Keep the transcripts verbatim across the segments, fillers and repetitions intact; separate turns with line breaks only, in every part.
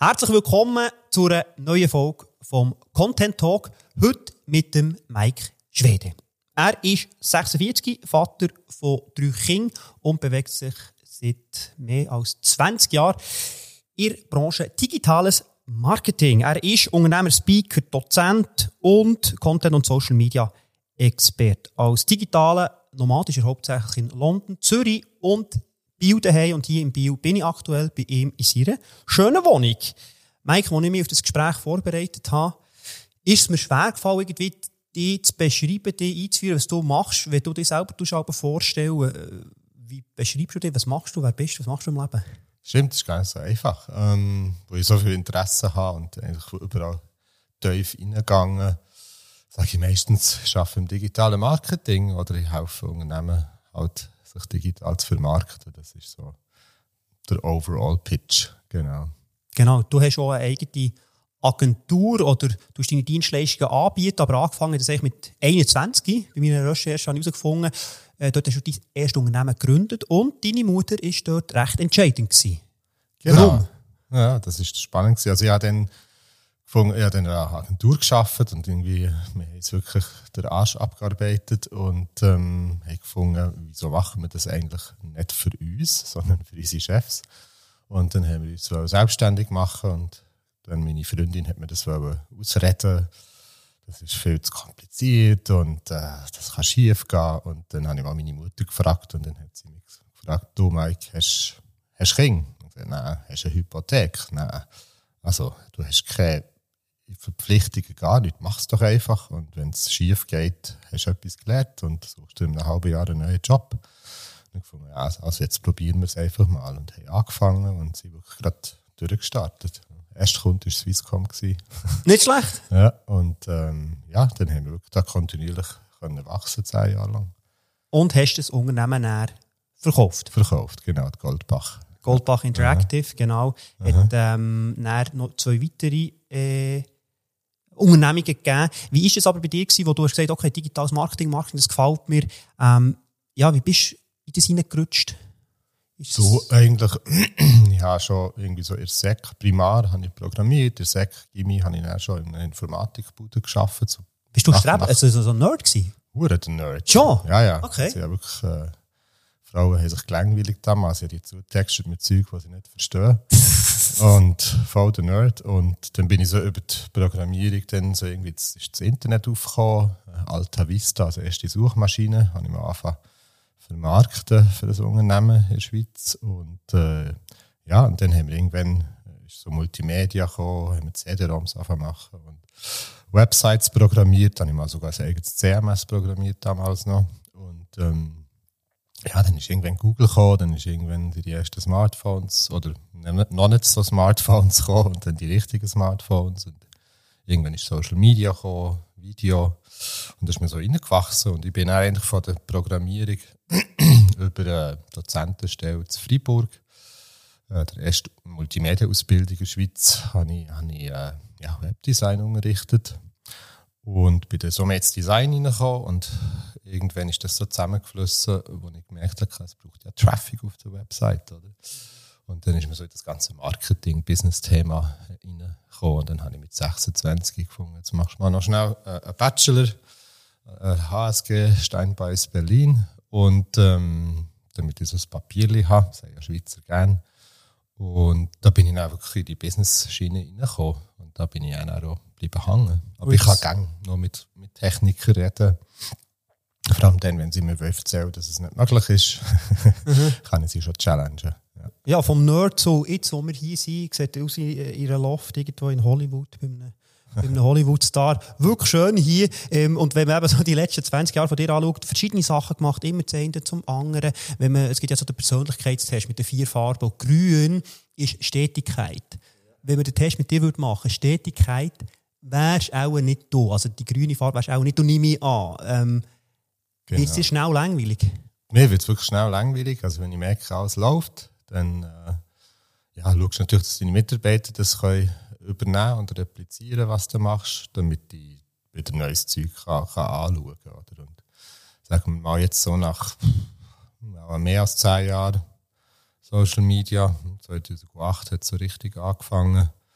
Herzlich willkommen zu einer neuen Folge vom Content Talk. Heute mit dem Mike Schwede. Er ist sechsundvierzig, Vater von drei Kindern und bewegt sich seit mehr als zwanzig Jahren in der Branche digitales Marketing. Er ist Unternehmer, Speaker, Dozent und Content- und Social Media Experte. Als digitaler Nomad ist er hauptsächlich in London, Zürich und Biel daheim. Und hier in Biel bin ich aktuell bei ihm in seiner schönen Wohnung. Mike, als ich mich auf das Gespräch vorbereitet habe, ist es mir schwer gefallen, irgendwie dich zu beschreiben, dich einzuführen, was du machst, wenn du dich selber vorstellen. Wie beschreibst du dich? Was machst du? Wer bist du? Was machst du im Leben?
Stimmt, das ist gar nicht so einfach. Ähm, wo ich so viel Interesse habe und eigentlich überall tief reingegangen, sage ich meistens, ich arbeite im digitalen Marketing oder ich helfe Unternehmen, halt, sich digital zu vermarkten. Das ist so der Overall-Pitch, genau.
Genau, du hast auch eine eigene Agentur oder du hast deine Dienstleistungen anbieten, aber angefangen das eigentlich mit einundzwanzig. Bei meiner Recherche habe ich herausgefunden, äh, dort hast du dein erstes Unternehmen gegründet und deine Mutter war dort recht entscheidend gewesen.
Genau.
Warum?
Ja, das ist spannend gewesen. Also ich habe dann gefunden, ich habe dann eine Agentur gearbeitet und irgendwie, wir haben jetzt wirklich den Arsch abgearbeitet und ähm, haben gefunden, wieso machen wir das eigentlich nicht für uns, sondern für unsere Chefs. Und dann haben wir uns selbstständig machen und dann meine Freundin hat mir das ausreden. Das ist viel zu kompliziert und äh, das kann schief gehen. Und dann habe ich mal meine Mutter gefragt und dann hat sie mich gefragt, du Mike, hast du Kinder? Und ich, nein. Hast du eine Hypothek? Nein. Also, du hast keine Verpflichtungen, gar nicht. Mach es doch einfach. Und wenn es schief geht, hast du etwas gelernt und suchst du in einem halben Jahr einen neuen Job. Und ich fand, ja, also jetzt probieren wir es einfach mal. Und haben angefangen und sind wirklich gerade durchgestartet. Erster Kunde war Swisscom.
Nicht schlecht.
Ja, und ähm, ja, dann haben wir wirklich da kontinuierlich können wachsen, zehn Jahre lang.
Und hast das Unternehmen näher verkauft?
Verkauft, genau, die Goldbach.
Goldbach Interactive,
Aha.
genau.
Aha.
Hat ähm, näher noch zwei weitere äh, Unternehmungen gegeben. Wie war es aber bei dir gewesen, wo du hast gesagt, okay, digitales Marketing, Marketing, das gefällt mir. Ähm, ja, wie bist du in das hineingerutscht?
So eigentlich, ich habe schon irgendwie so in der S E C primar habe ich programmiert, in der S E C Gimmi habe ich dann schon in einer Informatikbude gearbeitet. So
bist du Streben, also so ein Nerd gewesen?
Hure der Nerd.
Schon?
Ja, ja.
Okay.
Also, ja wirklich, äh, Frauen haben sich gelangweilig damals, sie haben die zutextet mit Zeug, die sie nicht verstehen. Und voll der Nerd. Und dann bin ich so über die Programmierung, dann so irgendwie ist das Internet aufgekommen, Alta Vista, also erste Suchmaschine, habe ich mal angefangen vermarkten für das Unternehmen in der Schweiz. Und äh, ja, und dann haben wir irgendwann ist so Multimedia gekommen, haben wir C D-ROMs angefangen machen und Websites programmiert, dann habe ich mal sogar ein eigenes C M S programmiert damals noch. Und ähm, ja, dann ist irgendwann Google gekommen, dann ist irgendwann die ersten Smartphones oder noch nicht so Smartphones gekommen und dann die richtigen Smartphones und irgendwann ist Social Media gekommen, Video und da ist mir so reingewachsen und ich bin auch eigentlich von der Programmierung über eine Dozentenstelle in Freiburg, äh, der erste Multimedia-Ausbildung in der Schweiz, habe ich, habe ich äh, ja, Webdesign unterrichtet und bin dann so mehr ins Design reingekommen und irgendwann ist das so zusammengeflossen, wo ich gemerkt habe, es braucht ja Traffic auf der Website, oder? Und dann ist mir so in das ganze Marketing-Business-Thema reingekommen und dann habe ich mit sechsundzwanzig gefunden, jetzt machst du mal noch schnell äh, einen Bachelor, äh, H S G Steinbeis Berlin und ähm, damit ich so ein Papierchen habe, das sage ich ja Schweizer gerne. Und da bin ich dann wirklich in die Business-Schiene reingekommen und da bin ich auch noch bleiben hängen. Aber Ups. Ich kann gerne noch mit, mit Technikern reden. Vor allem dann, wenn sie mir erzählen, dass es nicht möglich ist, mhm. kann ich sie schon challengen. Ja,
ja, vom Nerd zu jetzt, wo wir hier sind, sieht aus in ihrer Loft irgendwo in Hollywood, bei einem, bei einem Hollywood-Star. Wirklich schön hier. Ähm, und wenn man eben so die letzten zwanzig Jahre von dir anschaut, verschiedene Sachen gemacht, immer das eine zum anderen. Wenn man, es gibt ja so den Persönlichkeitstest mit den vier Farben. Und grün ist Stetigkeit. Wenn man den Test mit dir machen würde, Stetigkeit, wärst du auch nicht du. Also die grüne Farbe wärst du auch nicht, du nimm mich an. Ähm,
genau.
Wird es dir schnell langweilig?
Mir wird es wirklich schnell langweilig. Also wenn ich merke, alles läuft, dann äh, ja, schaust du natürlich, dass deine Mitarbeiter das können übernehmen und replizieren, was du machst, damit ich wieder neues Zeug kann, kann anschauen kann. Oder? Und sagen wir mal jetzt so nach ja, mehr als zehn Jahren Social Media, zweitausendacht hat es so richtig angefangen,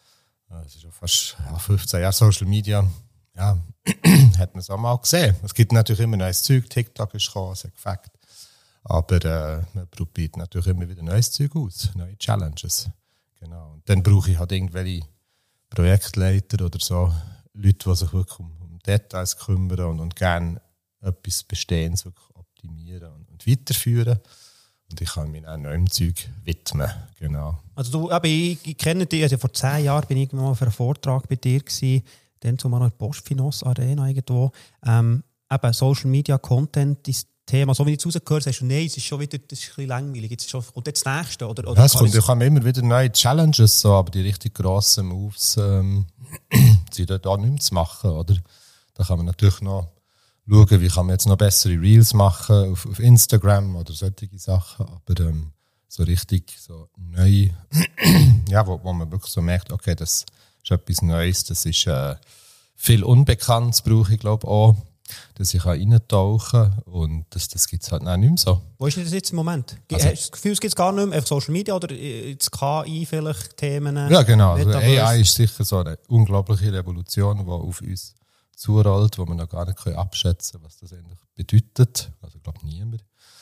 Es ist schon fast ja, fünfzehn Jahre Social Media. Ja, hat man es auch mal gesehen. Es gibt natürlich immer neues Zeug. TikTok ist gekommen, es hat gefällt. Aber äh, man probiert natürlich immer wieder neues Zeug aus, neue Challenges. Genau. Und dann brauche ich halt irgendwelche Projektleiter oder so, Leute, die sich wirklich um, um Details kümmern und, und gerne etwas Bestehendes wirklich optimieren und, und weiterführen. Und ich kann mich auch neuem Zeug widmen. Genau.
Also du, aber ich, ich kenne dich, also vor zehn Jahren bin ich mal für einen Vortrag bei dir gewesen, dann zumal noch in der Postfinance Arena irgendwo. Ähm, eben Social Media Content ist Thema, so wie ich es rausgehört habe, sagst du, nein, es ist schon wieder, das ist ein bisschen langweilig. Jetzt schon, kommt jetzt das Nächste? Oder, oder
ja, es kommt, ich habe immer wieder neue Challenges, so, aber die richtig grossen Moves ähm, sind dort auch nicht mehr zu machen. Oder? Da kann man natürlich noch schauen, wie kann man jetzt noch bessere Reels machen auf, auf Instagram oder solche Sachen. Aber ähm, so richtig so neu, ja, wo, wo man wirklich so merkt, okay, das ist etwas Neues, das ist äh, viel Unbekanntes, brauche ich glaube auch, dass ich reintauchen kann und das, das gibt es halt auch nicht mehr so.
Wo ist denn das jetzt im Moment? Also, hast du das Gefühl, es gibt es gar nicht mehr auf Social Media oder das K I vielleicht Themen?
Ja genau, also A I ist sicher so eine unglaubliche Revolution, die auf uns zurollt, wo man noch gar nicht abschätzen kann, was das eigentlich bedeutet. Also ich glaube niemand.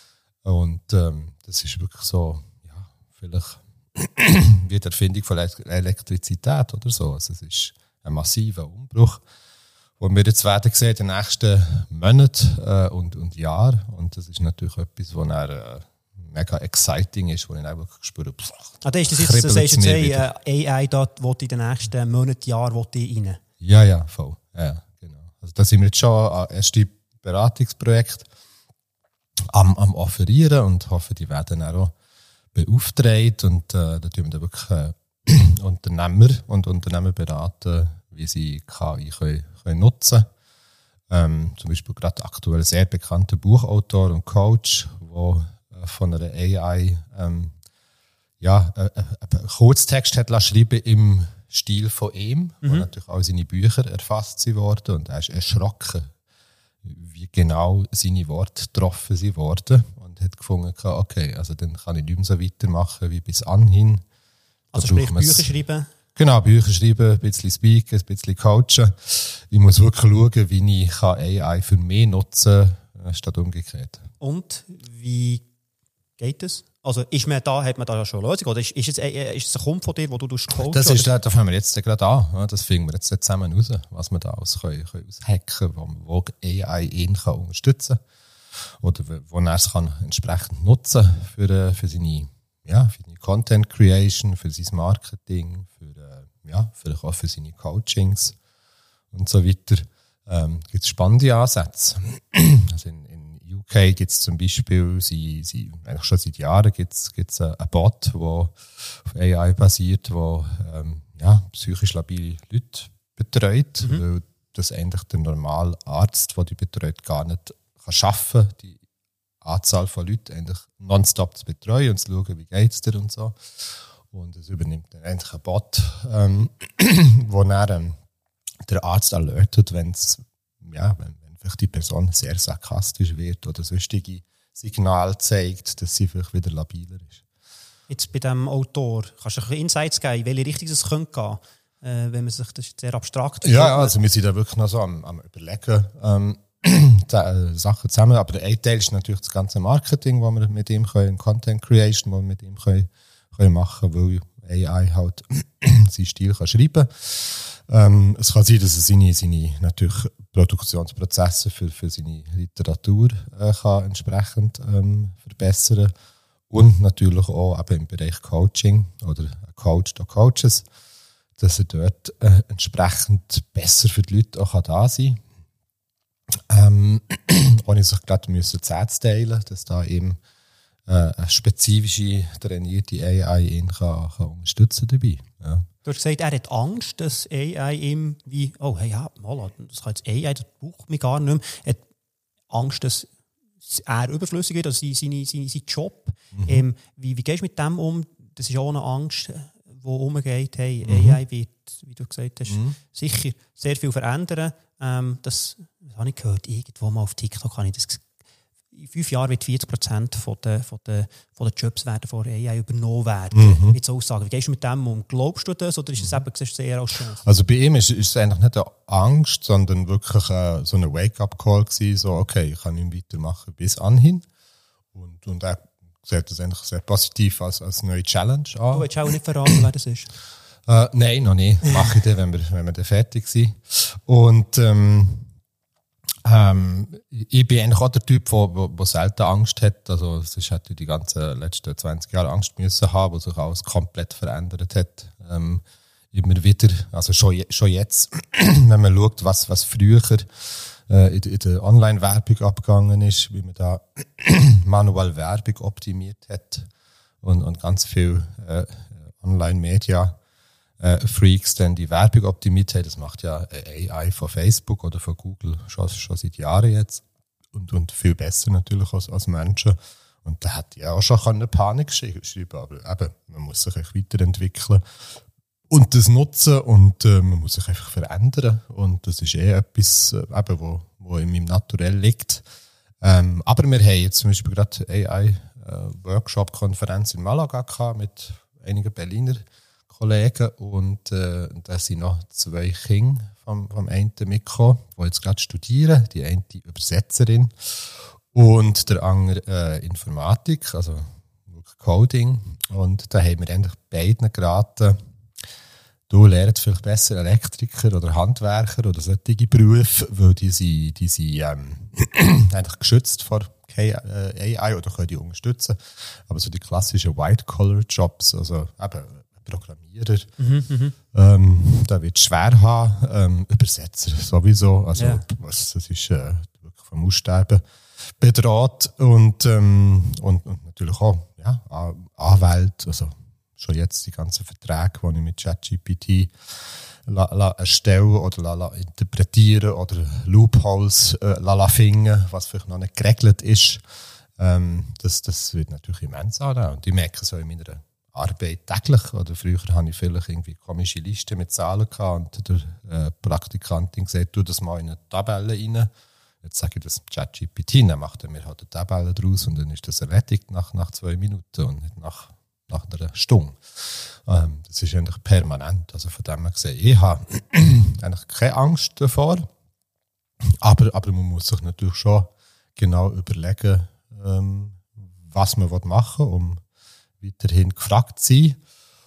Und ähm, das ist wirklich so, ja, vielleicht wie die Erfindung von Elektrizität oder so. Also es ist ein massiver Umbruch, den wir jetzt werden sehen in den nächsten Monaten äh, und, und Jahren. Und das ist natürlich etwas, was dann, äh, mega exciting ist, wo ich auch wirklich spüre. Pff,
ah, das ist das jetzt, das heißt jetzt hey, äh, A I, da will in den nächsten Monaten, Jahren rein?
Ja, ja, voll. Ja, genau. Also da sind wir jetzt schon an erste Beratungsprojekte am, am offerieren und hoffe, die werden auch beauftragt. Und äh, da tun wir dann wirklich äh, Unternehmer und Unternehmer beraten, wie sie K I können, können nutzen können. Ähm, zum Beispiel gerade aktuell ein sehr bekannter Buchautor und Coach, der äh, von einer A I ähm, ja, äh, äh, einen Kurztext hat schreiben im Stil von ihm, mhm. wo natürlich auch seine Bücher erfasst wurden und er ist erschrocken, wie genau seine Worte getroffen sie wurden und hat gefunden, okay, also dann kann ich nicht mehr so weitermachen wie bis anhin.
Also sprich Bücher schreiben?
Genau, Bücher schreiben, ein bisschen speaken, ein bisschen coachen. Ich muss wirklich schauen, wie ich A I für mich nutzen kann, statt umgekehrt.
Und wie geht es? Also ist man da, hat man da schon eine Lösung? Oder ist, ist, es, ist es ein Kumpel von dir, wo du coachen?
Das ist, da fangen wir jetzt gerade an. Das finden wir jetzt zusammen raus, was wir da alles können, können aushacken können, wo, wo A I ihn kann unterstützen kann. Oder wo er es kann entsprechend nutzen für, für seine Ja, für die Content Creation, für sein Marketing, für, äh, ja, vielleicht auch für seine Coachings und so weiter. Ähm, gibt es spannende Ansätze. Also in, in U K gibt es zum Beispiel, sie, sie, eigentlich schon seit Jahren gibt es einen Bot, der auf A I basiert, der ähm, ja, psychisch labile Leute betreut, mhm. weil das eigentlich der normale Arzt, der die betreut, gar nicht kann schaffen kann, die Anzahl von Leuten eigentlich nonstop zu betreuen und zu schauen, wie geht es dir und so. Und es übernimmt dann endlich ein Bot, ähm, wo dann ähm, der Arzt alertet, wenn's, ja, wenn, wenn vielleicht die Person sehr sarkastisch wird oder sonstige Signale zeigt, dass sie vielleicht wieder labiler ist.
Jetzt bei diesem Autor, kannst du ein bisschen Insights geben, in welche Richtung es könnte gehen, äh, wenn man sich das ist sehr abstrakt
Ja, ja, also wir sind da wirklich noch so am, am Überlegen, ähm, Sachen zusammen, aber der ein Teil ist natürlich das ganze Marketing, das wir mit ihm können, Content Creation, das wir mit ihm können, können machen, weil A I halt seinen Stil kann schreiben. Ähm, es kann sein, dass er seine, seine natürlich Produktionsprozesse für, für seine Literatur äh, kann entsprechend ähm, verbessern und natürlich auch eben im Bereich Coaching oder Coach to Coaches, dass er dort äh, entsprechend besser für die Leute auch da sein kann. Ähm, ohne sich gerade müssen Sätze teilen, dass da eben äh, eine spezifische, trainierte A I ihn kann, kann unterstützen dabei. Ja.
Du hast gesagt, er hat Angst, dass A I ihm wie, oh hey, ja, mal, das kann jetzt A I, das braucht mich gar nicht mehr. Er hat Angst, dass er überflüssig wird, also seine, seine, sein Job. Mhm. Ähm, wie, wie gehst du mit dem um? Das ist auch eine Angst, die umgeht. Hey, mhm. A I wird, wie du gesagt hast, mhm. sicher sehr viel verändern. Ähm, das, das habe ich gehört, irgendwo mal auf TikTok habe ich das in fünf Jahren wird vierzig Prozent von der, von der, von der Jobs werden von A I übernommen werden. Mhm. Mit so Aussagen. Wie gehst du mit dem um? Glaubst du das oder ist es eben, siehst du es eher als Chance?
Also bei ihm ist, ist es eigentlich nicht eine Angst, sondern wirklich äh, so ein Wake-up-Call gewesen, so okay, ich kann nicht weitermachen bis anhin. Und, und er sieht das eigentlich sehr positiv als, als neue Challenge an.
Du willst auch nicht verraten, wer das ist?
Äh, nein, noch nicht. Mache ich dann, wenn wir, wenn wir dann fertig sind. Und ähm, Ähm, ich bin eigentlich auch der Typ, der selten Angst hat. Also, sonst hätte die ganzen letzten zwanzig Jahre Angst müssen haben, wo sich alles komplett verändert hat. Ähm, immer wieder, also schon, schon jetzt, wenn man schaut, was, was früher äh, in, in der Online-Werbung abgegangen ist, wie man da manuell Werbung optimiert hat und, und ganz viel äh, Online-Media Äh, Freaks dann die Werbung optimiert haben. Das macht ja A I von Facebook oder von Google schon, schon seit Jahren jetzt. Und, und viel besser natürlich als, als Menschen. Und da hätte ich auch schon eine Panik schreiben, aber eben, man muss sich echt weiterentwickeln und das nutzen und äh, man muss sich einfach verändern. Und das ist eh etwas, äh, eben, wo, wo in meinem Naturell liegt. Ähm, aber wir haben jetzt zum Beispiel gerade A I-Workshop-Konferenz in Malaga gehabt mit einigen Berliner Kollegen und äh, da sind noch zwei Kinder vom, vom einen mitgekommen, die jetzt gerade studieren, die eine Übersetzerin und der andere äh, Informatik, also Coding. Und da haben wir eigentlich beiden geraten, du lernst vielleicht besser Elektriker oder Handwerker oder solche Berufe, weil die sind, die sind ähm, eigentlich geschützt vor A I oder können die unterstützen. Aber so die klassischen White-Collar-Jobs, also eben Programmierer, mhm, ähm, da wird es schwer haben, ähm, Übersetzer sowieso, also ja. was, das ist äh, wirklich vom Aussterben bedroht und, ähm, und, und natürlich auch ja, Anwälte, also schon jetzt die ganzen Verträge, die ich mit ChatGPT la, la erstellen oder la, la interpretieren oder Loopholes äh, la, la finden, was vielleicht noch nicht geregelt ist, ähm, das, das wird natürlich immens annehmen. Und ich merke es auch in meiner Arbeit täglich. Oder früher hatte ich vielleicht irgendwie komische Listen mit Zahlen gehabt und der äh, Praktikantin gesagt, tu das mal in eine Tabelle rein. Jetzt sage ich das ChatGPT, dann macht er mir halt eine Tabelle draus und dann ist das erledigt nach, nach zwei Minuten und nicht nach, nach einer Stunde. Ähm, das ist eigentlich permanent. Also von dem her gesehen, ich habe eigentlich keine Angst davor, aber, aber man muss sich natürlich schon genau überlegen, ähm, was man machen will, um weiterhin gefragt zu sein.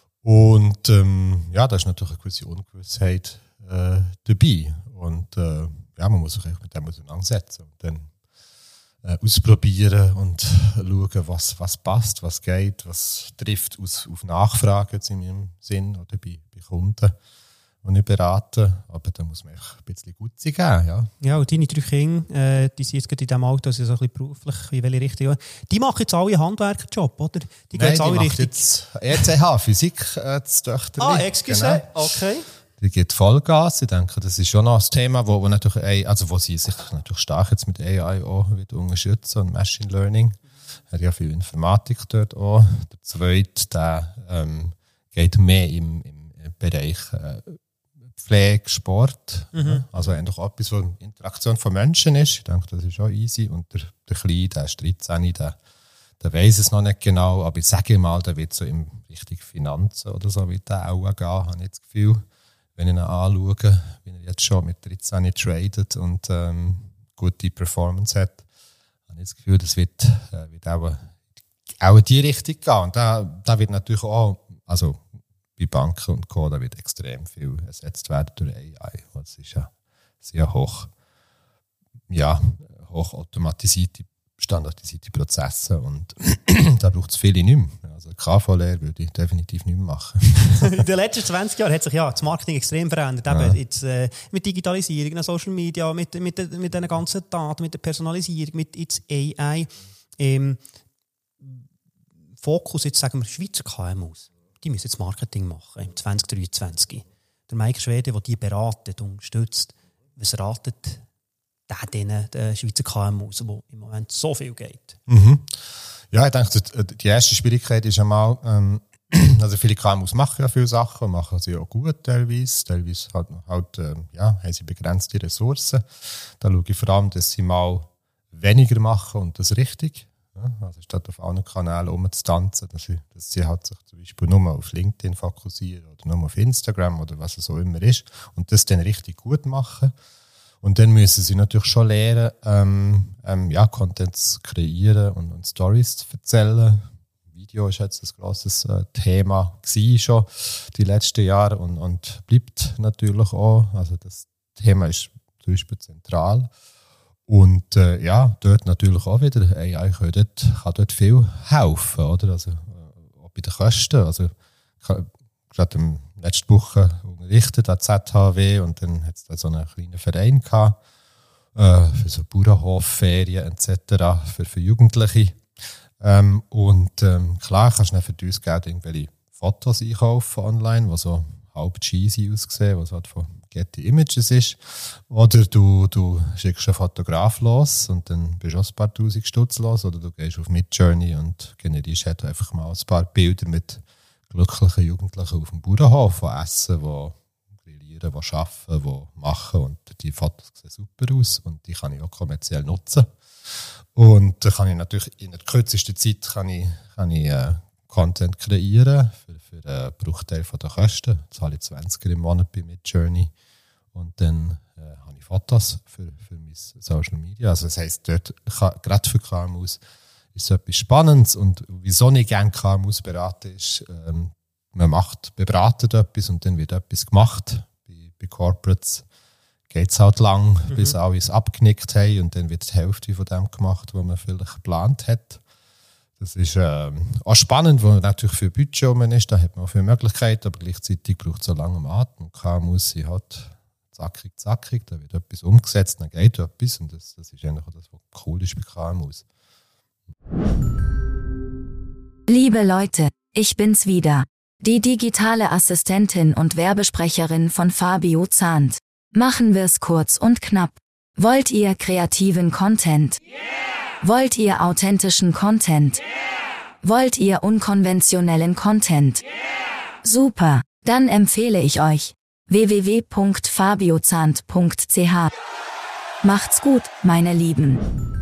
Und ähm, ja, da ist natürlich eine gewisse Ungewissheit äh, dabei. Und äh, ja, man muss sich mit dem auseinandersetzen und dann äh, ausprobieren und schauen, was, was passt, was geht, was trifft aus, auf Nachfragen jetzt in meinem Sinn oder bei, bei Kunden, die ich berate. Aber da muss man einfach ein bisschen gut sein geben. Ja,
ja und deine drei Kinder, äh, die sind jetzt gerade in diesem Alter, also so ein bisschen beruflich, in welche Richtung? Die machen jetzt alle einen Handwerkerjob, oder? Die
gehen
jetzt
alle
die
Richtung jetzt E C H, Physik, äh, das Töchterli.
Ah, excuse, genau. Okay.
Die geht Vollgas. Ich denke, das ist schon noch ein Thema, wo, wo, natürlich, also wo sie sich natürlich stark jetzt mit A I auch wieder unterstützen und Machine Learning. Er hat ja viel Informatik dort auch. Der zweite, der ähm, geht mehr im, im Bereich äh, Pflege, Sport. Mhm. Also eigentlich auch etwas, was Interaktion von Menschen ist. Ich denke, das ist auch easy. Und der, der Kleine, der ist dreizehn, der, der weiss es noch nicht genau, aber ich sage mal, der wird so in Richtung Finanzen oder so wird der auch gehen, habe ich das Gefühl. Wenn ich ihn anschaue, wie er jetzt schon mit dreizehn tradet und ähm, gute Performance hat, habe ich das Gefühl, das wird, äh, wird auch, auch in die Richtung gehen. Und da, da wird natürlich auch, also bei Banken und Co., da wird extrem viel ersetzt werden durch A I. Das ist ja sehr hoch, ja, hoch automatisierte, standardisierte Prozesse und da braucht es viele nicht mehr. Also K V-Lehre würde ich definitiv nicht mehr machen.
In den letzten zwanzig Jahren hat sich ja das Marketing extrem verändert. Ja. Eben jetzt, äh, mit Digitalisierung, Social Media, mit, mit, mit den ganzen Daten, mit der Personalisierung, mit jetzt A I. Ähm, Fokus, jetzt sagen wir Schweizer K M Us, die müssen jetzt Marketing machen im zwanzig dreiundzwanzig. Der Mike Schwede, der die beratet und unterstützt, was ratet der denen, den Schweizer K M Us, wo im Moment so viel geht?
Mhm. Ja, ich denke, die erste Schwierigkeit ist einmal, ähm, also viele K M Us machen ja viele Sachen, machen sie auch gut teilweise, teilweise halt, halt, äh, ja, haben sie begrenzte Ressourcen. Da schaue ich vor allem, dass sie mal weniger machen und das richtig. Ja, also statt auf allen Kanälen rumzutanzen, dass sie, dass sie halt sich zum Beispiel nur auf LinkedIn fokussieren oder nur auf Instagram oder was es auch immer ist und das dann richtig gut machen. Und dann müssen sie natürlich schon lernen, ähm, ähm, ja, Content zu kreieren und, und Stories zu erzählen. Video ist jetzt ein grosses äh, Thema gewesen schon die letzten Jahre und, und bleibt natürlich auch. Also das Thema ist zum Beispiel zentral. Und äh, ja, dort natürlich auch wieder, A I kann dort, kann dort viel helfen, oder? Also äh, auch bei den Kosten. Also ich habe gerade im letzten Woche unterrichtet an Z H W und dann hat es da so einen kleinen Verein gehabt, äh, für so Bauernhofferien et cetera für, für Jugendliche. Ähm, und ähm, klar kannst du dann für dieses Geld irgendwelche Fotos einkaufen online, die so halb cheesy aussehen, was halt von Getty Images ist. Oder du, du schickst einen Fotograf los und dann bist du auch ein paar tausend Stutz los. Oder du gehst auf Midjourney und generierst halt einfach mal ein paar Bilder mit glücklichen Jugendlichen auf dem Bauernhof, die essen, die grillieren, die arbeiten, die machen. Und die Fotos sehen super aus und die kann ich auch kommerziell nutzen. Und da kann ich natürlich in der kürzesten Zeit kann ich, kann ich, äh, Content kreieren für, für einen Bruchteil der Kosten. Das zahle ich zwanziger im Monat bei Midjourney. Und dann äh, habe ich Fotos für, für mein Social Media. Also das heisst, dort, kann, gerade für K M Us, ist es etwas Spannendes. Und wieso ich gerne K M Us berate, ist, ähm, man macht, beratet etwas und dann wird etwas gemacht. Bei, bei Corporates geht es halt lang, mhm. bis alle es abgenickt haben und dann wird die Hälfte von dem gemacht, was man vielleicht geplant hat. Das ist äh, auch spannend, weil natürlich für Budget um ist, da hat man auch viele Möglichkeiten, aber gleichzeitig braucht es so lange Atem. K M U sie halt zackig, zackig, da wird etwas umgesetzt, dann geht etwas und das, das ist eigentlich auch das, was cool ist bei K M Us.
Liebe Leute, ich bin's wieder, die digitale Assistentin und Werbesprecherin von Fabio Zahnt. Machen wir's kurz und knapp. Wollt ihr kreativen Content? Yeah! Wollt ihr authentischen Content? Yeah! Wollt ihr unkonventionellen Content? Yeah! Super, dann empfehle ich euch w w w punkt fabiozahnt punkt c h. Macht's gut, meine Lieben.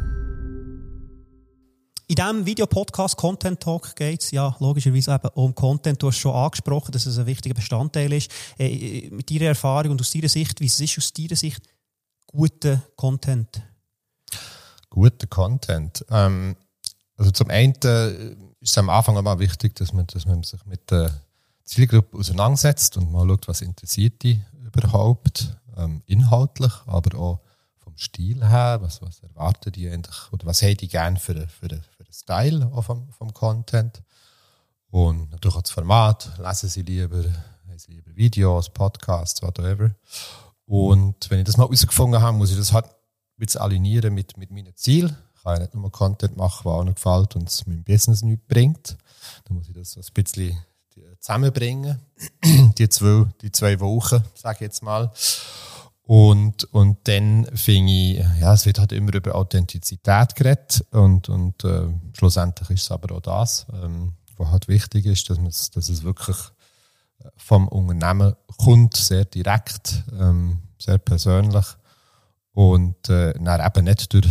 In diesem Videopodcast Content Talk geht es ja logischerweise eben um Content. Du hast schon angesprochen, dass es ein wichtiger Bestandteil ist. Äh, mit deiner Erfahrung und aus deiner Sicht, wie es ist aus deiner Sicht, guter Content?
Guter Content. Ähm, also zum einen ist es am Anfang einmal wichtig, dass man, dass man sich mit der Zielgruppe auseinandersetzt und mal schaut, was interessiert die überhaupt, ähm, inhaltlich, aber auch vom Stil her, was, was erwarten die eigentlich, oder was haben die gerne für, für, für einen Style auch vom, vom Content. Und natürlich auch das Format, lesen sie lieber, haben sie lieber Videos, Podcasts, whatever. Und wenn ich das mal herausgefunden habe, muss ich das halt ein bisschen alignieren mit, mit meinen Zielen. Ich kann ja nicht nur Content machen, der auch noch gefällt und es meinem Business nichts bringt. Dann muss ich das so ein bisschen zusammenbringen. die, zwei, die zwei Wochen, sage ich jetzt mal. Und, und dann finde ich, ja, es wird halt immer über Authentizität geredet und, und äh, schlussendlich ist es aber auch das, ähm, was halt wichtig ist, dass, man es, dass es wirklich vom Unternehmen kommt, sehr direkt, ähm, sehr persönlich und äh, dann eben nicht durch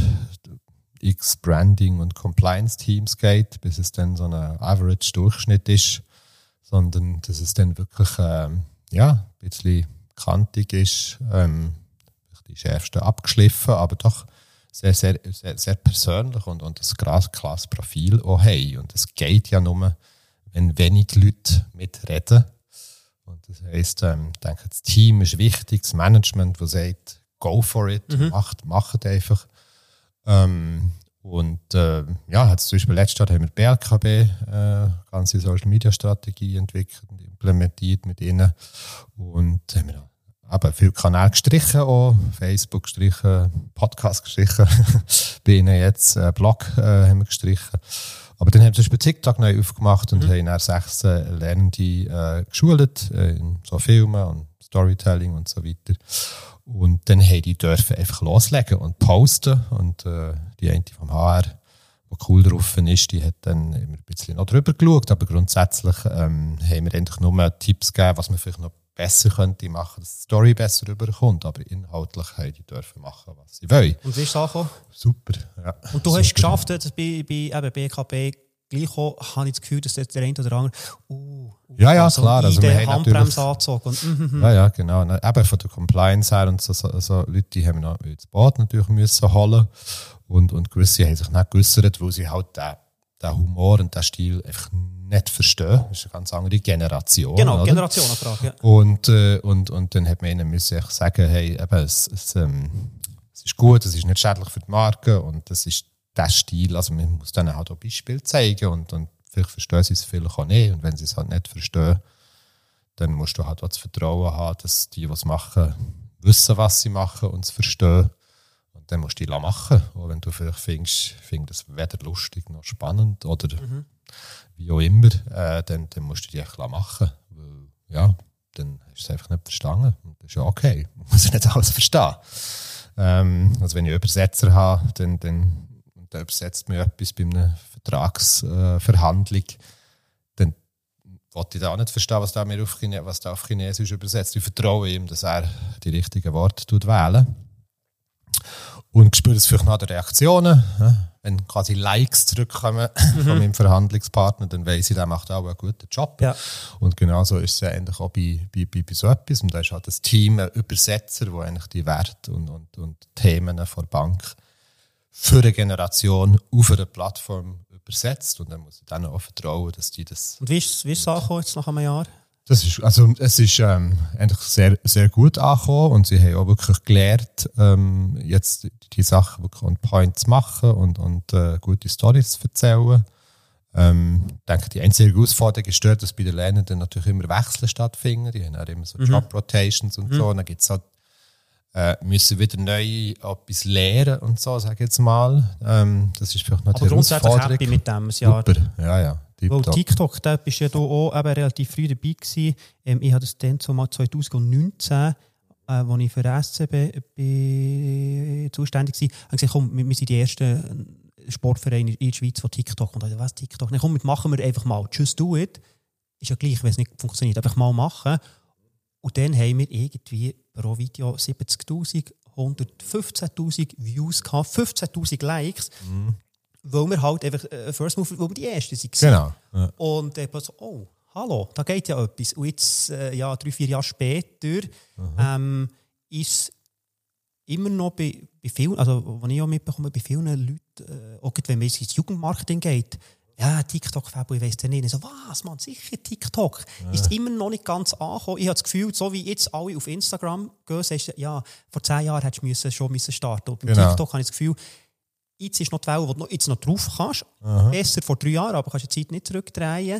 x Branding und Compliance-Teams geht, bis es dann so ein Average-Durchschnitt ist, sondern dass es dann wirklich ähm, ja, ein bisschen kantig ist, ähm, die schärfsten abgeschliffen, aber doch sehr, sehr, sehr, sehr persönlich und, und ein klares Profil auch haben. Und es geht ja nur, wenn wenig Leute mitreden. Und das heisst, ähm, ich denke, das Team ist wichtig, das Management, das sagt, go for it, mhm. macht, macht einfach. Ähm, und äh, ja, jetzt zum Beispiel letztes Jahr haben wir B L K B äh, ganze Social Media Strategie entwickelt und implementiert mit ihnen. Und haben wir aber viele Kanäle gestrichen, auch Facebook gestrichen, Podcast gestrichen, bei ihnen jetzt äh, Blog äh, haben wir gestrichen. Aber dann haben wir zum Beispiel TikTok neu aufgemacht und mhm. haben dann sechs äh, Lernende äh, geschult, äh, in so Filmen und Storytelling und so weiter. Und dann haben die dürfen einfach loslegen und posten. Und äh, die eine vom H R, die cool drauf ist, die hat dann immer ein bisschen noch drüber geschaut. Aber grundsätzlich ähm, haben wir eigentlich nur Tipps gegeben, was man vielleicht noch besser könnte machen, dass die Story besser rüberkommt, aber inhaltlich haben die dürfen machen, was sie wollen.
Und wie ist es angekommen?
Super, ja.
Und du
Super.
hast es geschafft, dass bei, bei eben B K B gleich auch, habe ich das Gefühl, dass der eine oder andere uh,
ja, ja,
also
klar. Also
den
wir haben
Handbremse angezogen. Und, mm, mm,
ja, ja, genau. Eben von der Compliance her und so, so, so Leute, die haben noch ins Boot natürlich müssen holen und, und gewisse haben sich nicht geäussert, weil sie halt den, den Humor und den Stil einfach nicht verstehen. Das ist eine ganz andere Generation.
Genau,
oder?
Generationenfrage. Ja.
Und, äh, und, und dann hat man ihnen müssen sagen, hey, eben, es, es, ähm, es ist gut, es ist nicht schädlich für die Marke und das ist der Stil. Also man muss dann halt auch Beispiele zeigen und, und vielleicht verstehen sie es vielleicht auch nicht. Und wenn sie es halt nicht verstehen, dann musst du halt auch das Vertrauen haben, dass die, die es machen, wissen, was sie machen und es verstehen. Und dann musst du die machen. Auch wenn du vielleicht findest, findest es weder lustig noch spannend oder mhm. wie auch immer, äh, dann, dann musst du die echt machen. Weil, ja, dann hast du es einfach nicht verstanden. Und das ist ja okay. Man muss ja nicht alles verstehen. Ähm, also wenn ich einen Übersetzer habe, dann, dann, dann übersetzt mir etwas bei einer Vertragsverhandlung, äh, dann wollte ich da auch nicht verstehen, was da, mir auf, Chine- was da auf Chinesisch übersetzt. Ich vertraue ihm, dass er die richtigen Worte wählt. Und spüre es vielleicht nach den Reaktionen. Wenn quasi Likes zurückkommen mhm. von meinem Verhandlungspartner, dann weiss ich, der macht auch einen guten Job.
Ja.
Und genauso ist es ja eigentlich auch bei, bei, bei, bei so etwas. Und da ist halt das Team ein Übersetzer, der eigentlich die Werte und, und, und Themen der Bank für eine Generation auf einer Plattform übersetzt. Und dann muss ich dann auch vertrauen, dass die das...
Und wie ist, wie ist es angekommen jetzt nach einem Jahr?
Das ist, also, es ist ähm, eigentlich sehr, sehr gut angekommen und sie haben auch wirklich gelernt, ähm, jetzt die Sachen wirklich on point zu machen und, und äh, gute Storys zu erzählen. Ähm, ich denke, die einzige Herausforderung ist dort, dass bei den Lernenden natürlich immer Wechsel stattfinden. Die haben auch immer so mhm. Job-Rotations und mhm. so. Und dann gibt's halt, äh, müssen wieder neu etwas lernen und so, sage ich jetzt mal. Ähm, das ist vielleicht noch die Herausforderung.
Aber grundsätzlich happy mit dem Jahr.
Super, ja, ja.
Weil TikTok, da bist ja du auch eben relativ früh dabei gewesen. Ähm, ich hatte das dann so mal zwanzig neunzehn, äh, als ich für den S C B bin, zuständig war, habe gesagt, komm, wir, wir sind die ersten Sportvereine in der Schweiz von TikTok. Und ich dachte, was TikTok? Dann komm, machen wir einfach mal. Just do it. Ist ja gleich, wenn es nicht funktioniert. Einfach mal machen. Und dann haben wir irgendwie pro Video siebzigtausend, hundertfünfzehntausend Views gehabt, fünfzehntausend Likes. Mhm. Weil wir halt einfach äh, First Mover, weil wir die Ersten waren.
Genau. Ja.
Und dann so, oh, hallo, da geht ja etwas. Und jetzt, äh, ja, drei, vier Jahre später, ähm, ist immer noch bei, bei vielen, also, was ich auch mitbekomme, bei vielen Leuten, äh, auch wenn es ins Jugendmarketing geht, ja, TikTok-Fabel, ich weiss ja nicht. So, was, man, sicher TikTok. Ja. Ist immer noch nicht ganz angekommen. Ich habe das Gefühl, so wie jetzt alle auf Instagram gehen, sagst du, ja, vor zehn Jahren hättest du müssen, schon müssen starten. Und bei genau. TikTok habe ich das Gefühl, jetzt ist noch die Welle, wo du jetzt noch drauf kannst. Aha. Besser vor drei Jahren, aber kannst die Zeit nicht zurückdrehen.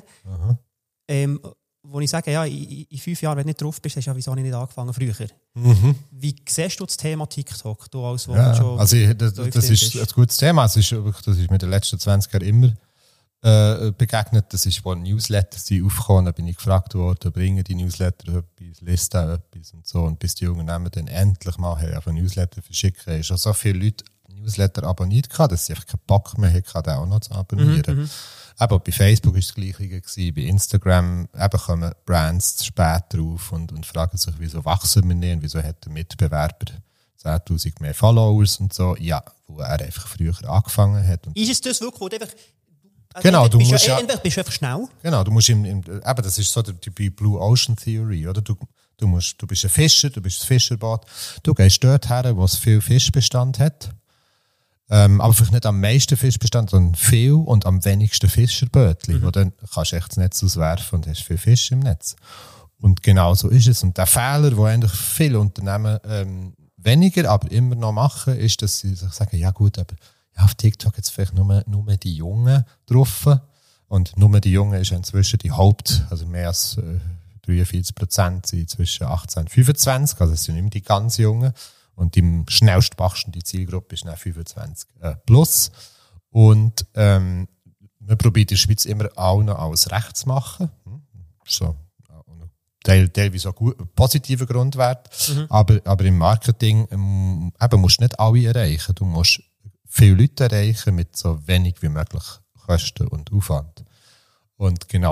Ähm, wo ich sage, ja, in, in fünf Jahren, wenn du nicht drauf bist, hast du ja wieso nicht angefangen früher. Mhm. Wie siehst du das Thema TikTok? Du als,
ja, schon also ich, das, das ist ein gutes Thema. Das ist, das ist mir in den letzten zwanzig Jahren immer äh, begegnet. Das ist, wo Newsletter sind aufgekommen. Da bin ich gefragt worden, bringen die Newsletter etwas, lesen etwas und so. Und bis die Unternehmen dann endlich mal haben, Newsletter verschicken, haben schon so viele Leute Newsletter abonniert gehabt, dass sie einfach keinen Bock mehr hatten, den auch noch zu abonnieren. Mhm, aber bei Facebook war es das Gleiche gewesen, bei Instagram eben kommen Brands zu spät drauf und, und fragen sich, wieso wachsen wir nicht und wieso hat der Mitbewerber zehntausend mehr Followers und so. Ja, wo er einfach früher angefangen hat. Und
ist es das wirklich, wo du einfach...
Also genau, du
bist
musst
ja...
ja
Bist du einfach schnell?
Genau, du musst im... im eben, das ist so die, die Blue Ocean Theory, oder? Du, du, musst, du bist ein Fischer, du bist ein Fischerboot. Du gehst dort her, wo es viel Fischbestand hat. Ähm, aber vielleicht nicht am meisten Fischbestand, sondern viel und am wenigsten Fischerbötchen. Mhm. Dann kannst du echt das Netz auswerfen und hast viel Fisch im Netz. Und genau so ist es. Und der Fehler, den eigentlich viele Unternehmen ähm, weniger, aber immer noch machen, ist, dass sie sich sagen, ja gut, aber ja, auf TikTok jetzt vielleicht nur, nur die Jungen drauf. Und nur die Jungen ist inzwischen die Haupt, also mehr als äh, dreiundvierzig Prozent sind zwischen achtzehn und fünfundzwanzig, also es sind nicht mehr die ganz Jungen. Und die schnellst wachsende Zielgruppe ist dann fünfundzwanzig äh, plus. Und ähm, man probiert in der Schweiz immer allen alles recht zu machen. So, teil, teilweise auch gut, positiver Grundwert. Mhm. Aber, aber im Marketing ähm, eben musst du nicht alle erreichen. Du musst viele Leute erreichen mit so wenig wie möglich Kosten und Aufwand. Und genau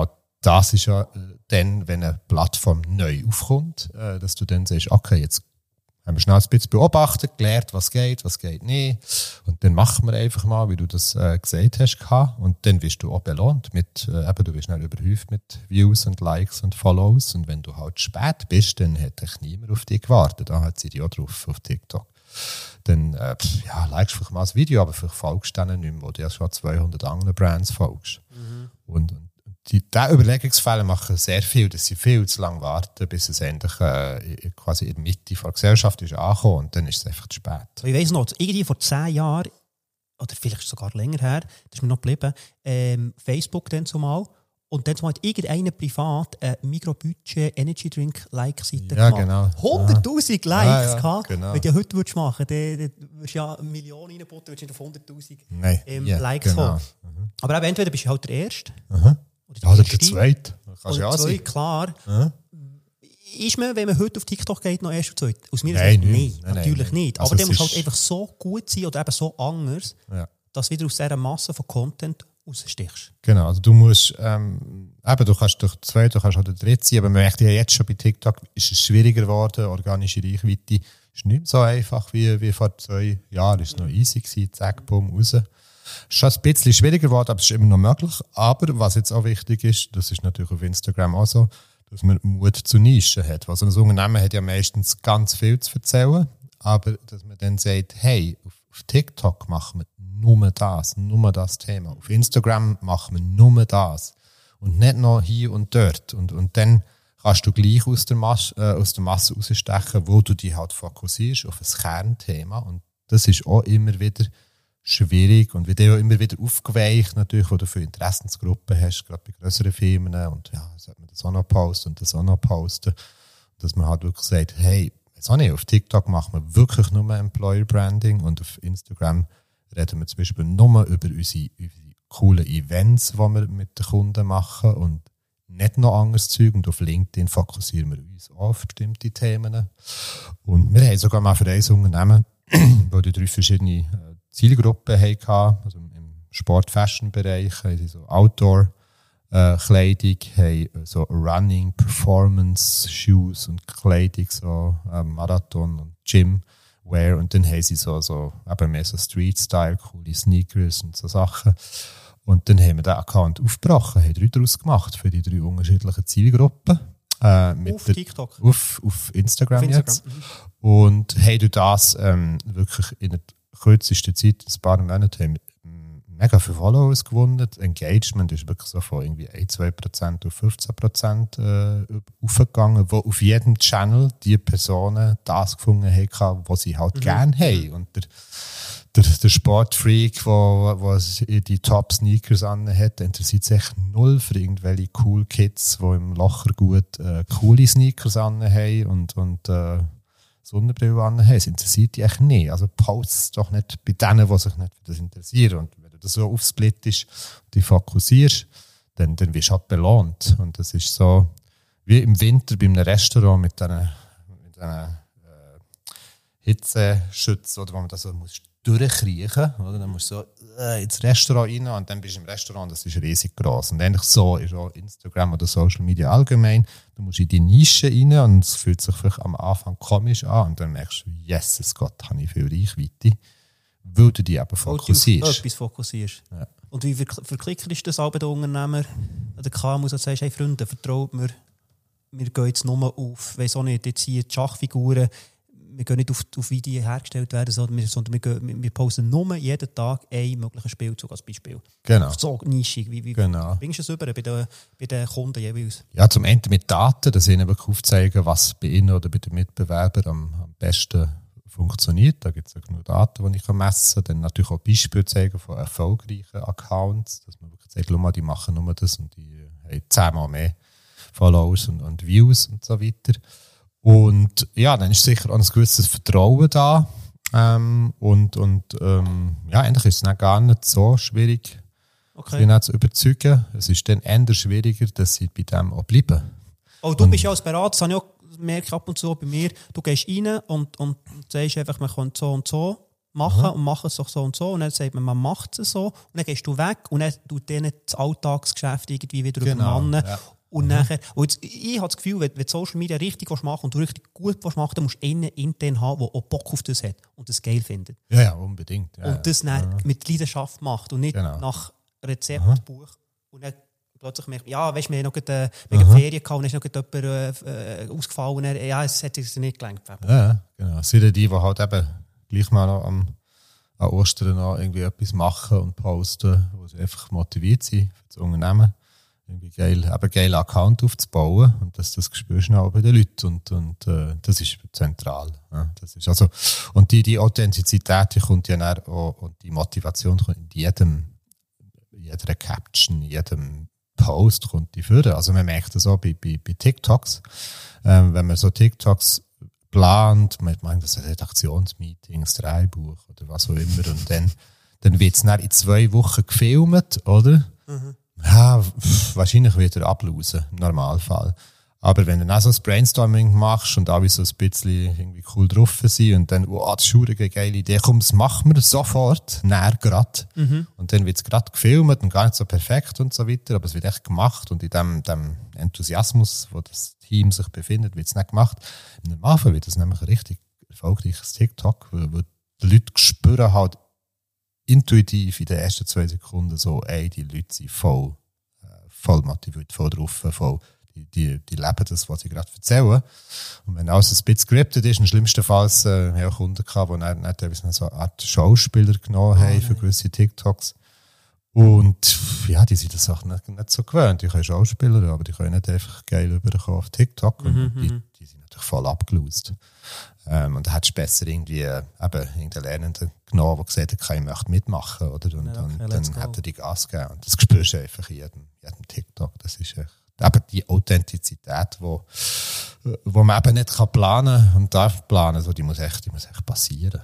das ist ja äh, dann, wenn eine Plattform neu aufkommt, äh, dass du dann sagst, okay, jetzt haben wir schnell ein bisschen beobachtet, gelernt, was geht, was geht nicht. Und dann machen wir einfach mal, wie du das äh, gesagt hast. Gehabt. Und dann wirst du auch belohnt. Mit, äh, eben, du wirst schnell überhäuft mit Views und Likes und Follows. Und wenn du halt spät bist, dann hat dich niemand auf dich gewartet. Da hat sie dich auch drauf auf TikTok. Dann äh, ja, likest du vielleicht mal das Video, aber vielleicht folgst du denen nicht mehr, wo du ja schon zweihundert andere Brands folgst. Mhm. Und, und die, diese Überlegungsfälle machen sehr viel, dass sie viel zu lange warten, bis es endlich äh, quasi in der Mitte der Gesellschaft ist angekommen und dann ist es einfach zu spät.
Ich weiss noch, irgendwie vor zehn Jahren, oder vielleicht sogar länger her, das ist mir noch geblieben, ähm, Facebook dann zumal, und dann hat irgendeiner privat eine Mikrobudget Energy Drink Like-Seite
ja,
gemacht.
Genau.
hunderttausend Likes
ja, ja,
gehabt.
Genau.
Wenn du ja heute würdest machen würdest, dann würdest du ja eine Million reinbuttern, würdest du nicht auf hunderttausend ähm,
yeah,
Likes
genau.
haben. Mhm. Aber eben, entweder bist du halt der Erste,
mhm.
oder,
oder der Zweite.
Oder ja zwei, sein. Klar. Mhm. Ist man, wenn man heute auf TikTok geht, noch erst und zweit? Aus meiner Sicht nein, nein, natürlich nein. nicht. Also aber der muss halt einfach so gut sein oder eben so anders, ja. dass du wieder aus dieser Masse von Content rausstichst.
Genau, also du musst, ähm, eben, du kannst durch zwei, du kannst auch der Dritte sein, aber man merkt ja jetzt schon bei TikTok, ist es schwieriger geworden, organische Reichweite ist nicht mehr so einfach wie, wie vor zwei Jahren, ist es noch easy gewesen, zack, bumm, raus. Es ist schon ein bisschen schwieriger geworden, aber es ist immer noch möglich. Aber was jetzt auch wichtig ist, das ist natürlich auf Instagram auch so, dass man Mut zu Nischen hat. Also ein Unternehmen hat ja meistens ganz viel zu erzählen, aber dass man dann sagt, hey, auf, auf TikTok machen wir nur das, nur das Thema. Auf Instagram machen wir nur das. Und nicht noch hier und dort. Und, und dann kannst du gleich aus der Masse, äh, aus der Masse rausstechen, wo du dich halt fokussierst auf ein Kernthema. Und das ist auch immer wieder schwierig und wird auch immer wieder aufgeweicht, natürlich, wo du für Interessensgruppen hast, gerade bei grösseren Firmen. Und ja, sollte man das auch noch posten und das auch noch posten. Dass man halt wirklich sagt, hey, jetzt auch nicht, auf TikTok machen wir wirklich nur Employer Branding und auf Instagram reden wir zum Beispiel nur über unsere, unsere coolen Events, die wir mit den Kunden machen und nicht noch anderes Zeug. Und auf LinkedIn fokussieren wir uns auf bestimmte Themen. Und wir haben sogar mal für ein Unternehmen, wo die drei verschiedene Zielgruppen hatten, also im Sport-Fashion-Bereich, haben sie so Outdoor-Kleidung, haben so Running, Performance, Shoes und Kleidung, so Marathon und Gym. Wear, und dann haben sie so, so eben mehr so Street-Style, coole Sneakers und so Sachen. Und dann haben wir den Account aufgebrochen, haben drei daraus gemacht für die drei unterschiedlichen Zielgruppen. Äh, mit
auf TikTok?
Der, auf, auf Instagram, auf Instagram jetzt. Mhm. Und haben durch das ähm, wirklich in der kürzesten Zeit, ein paar Monate, haben wir mega viele Followers gewonnen. Das Engagement ist wirklich so von irgendwie ein bis zwei Prozent auf fünfzehn Prozent äh, aufgegangen, wo auf jedem Channel die Personen das gefunden haben, was sie halt mhm. gerne haben. Und der, der, der Sportfreak, der die Top-Sneakers anhat, interessiert sich null für irgendwelche cool Kids, die im Locher gut äh, coole Sneakers anhaben und, und äh, Sonnenbrille anhaben. Das interessiert dich echt nicht. Also post doch nicht bei denen, die sich nicht für das interessieren. Und wenn du das so aufsplittest und dich fokussierst, dann, dann wirst du halt belohnt. Und das ist so wie im Winter bei einem Restaurant mit diesen mit äh, Hitzeschützen, oder wo man das so muss durchkriechen muss. Dann musst du so äh, ins Restaurant rein und dann bist du im Restaurant, das ist riesig gross. Und eigentlich so ist auch Instagram oder Social Media allgemein. Du musst in die Nische rein und es fühlt sich vielleicht am Anfang komisch an und dann merkst du, Jesus Gott, habe ich viel Reichweite, weil du dich eben fokussierst.
Weil du auf etwas fokussierst. Ja. Und wie verklickert ist das auch bei den Unternehmern? Der K M U sagt, hey Freunde, vertraut mir, wir gehen jetzt nur auf, weiss auch nicht, jetzt hier die Schachfiguren, wir gehen nicht auf, auf wie die hergestellt werden, sondern wir, sondern wir, gehen, wir posten nur jeden Tag einen möglichen Spielzug als Beispiel.
Genau.
So nischig. Wie, wie
genau.
bringst du es über bei den, bei den Kunden jeweils?
Ja, zum Ende mit Daten, dass ihnen wirklich aufzeigen, was bei ihnen oder bei den Mitbewerbern am, am besten funktioniert. Da gibt es ja genug Daten, die ich messen kann. Dann natürlich auch Beispiele zeigen von erfolgreichen Accounts, dass man wirklich sagt, mal, die machen nur das und die haben zehnmal mehr Followers und, und Views und so weiter. Und ja, dann ist sicher auch ein gewisses Vertrauen da. Ähm, und und ähm, ja, eigentlich ist es dann gar nicht so schwierig, okay. sie zu überzeugen. Es ist dann eher schwieriger, dass sie bei dem auch bleiben.
Oh, du und, bist ja als Berater, das habe ich auch merke ab und zu bei mir, du gehst rein und, und sagst einfach, man kann so und so. machen und machen es doch so und so. Und dann sagt man, man macht es so. Und dann gehst du weg und dann tut denen das Alltagsgeschäft irgendwie wieder
Genau,
übermannen.
ja.
Und nachher, und jetzt, ich habe das Gefühl, wenn, wenn du Social Media richtig machen willst und du richtig gut machen willst, dann musst du einen intern haben, der auch Bock auf das hat und das geil findet.
Ja, ja, unbedingt. Ja,
und das
ja.
dann mit Leidenschaft macht und nicht
Genau.
nach Rezeptbuch. Und dann plötzlich merkt man, ja, weißt du, wir haben noch eine mega Ferien gehabt und dann ist noch jemand äh, ausgefallen. Und ja, es hat uns nicht gelangt.
Ja, genau. Es sind die, die halt eben gleich mal noch am, an Ostern noch irgendwie etwas machen und posten, wo sie einfach motiviert sind für das Unternehmen. Irgendwie geil, eben geilen Account aufzubauen und dass das spürst du auch bei den Leuten und, und äh, das ist zentral. Ja. Das ist also, und die, die Authentizität, die kommt ja dann auch, und die Motivation kommt in jedem, in jeder Caption, in jedem Post kommt die führen. Also man merkt das auch bei, bei, bei TikToks. Ähm, wenn man so TikToks plant, man meint das Redaktionsmeetings, Drehbuch oder was auch immer und dann, dann wird es dann in zwei Wochen gefilmt, oder? Mhm. Ja, wahrscheinlich wird er ablausen, im Normalfall. Aber wenn du dann auch so ein Brainstorming machst und alle so ein bisschen irgendwie cool drauf sind und dann, wow, das ist eine geile Idee, komm, das machen wir sofort, näher grad. Mhm. Und dann wird es gerade gefilmt und gar nicht so perfekt und so weiter, aber es wird echt gemacht und in dem, dem Enthusiasmus, wo das Team sich befindet, wird es nicht gemacht. Im Normalfall wird das nämlich ein richtig erfolgreiches TikTok, wo, wo die Leute spüren halt intuitiv in den ersten zwei Sekunden so, ey, die Leute sind voll, äh, voll motiviert, voll drauf, voll, die, die, die leben das, was sie gerade erzählen. Und wenn alles ein bisschen scripted ist, im schlimmsten Fall äh, haben wir auch Kunden gehabt, die nicht, nicht so eine Art Schauspieler genommen haben für gewisse TikToks. Und ja, die sind das auch nicht, nicht so gewöhnt. Die können Schauspieler, aber die können nicht einfach geil rüberkommen auf TikTok. Und
Mhm,
die, die sind natürlich voll abgelost. Ähm, und da hättest du besser irgendwie äh, eben irgendeinen Lernenden genommen, der gesagt hat, ich möchte mitmachen. Oder? Und,
Ja, okay,
und
let's
dann
go.
hat er die Gas gegeben. Und das spürst du einfach in jedem, jedem TikTok. Das ist echt eben die Authentizität, wo, wo man eben nicht kann planen und darf planen. Also die muss echt, die muss echt passieren.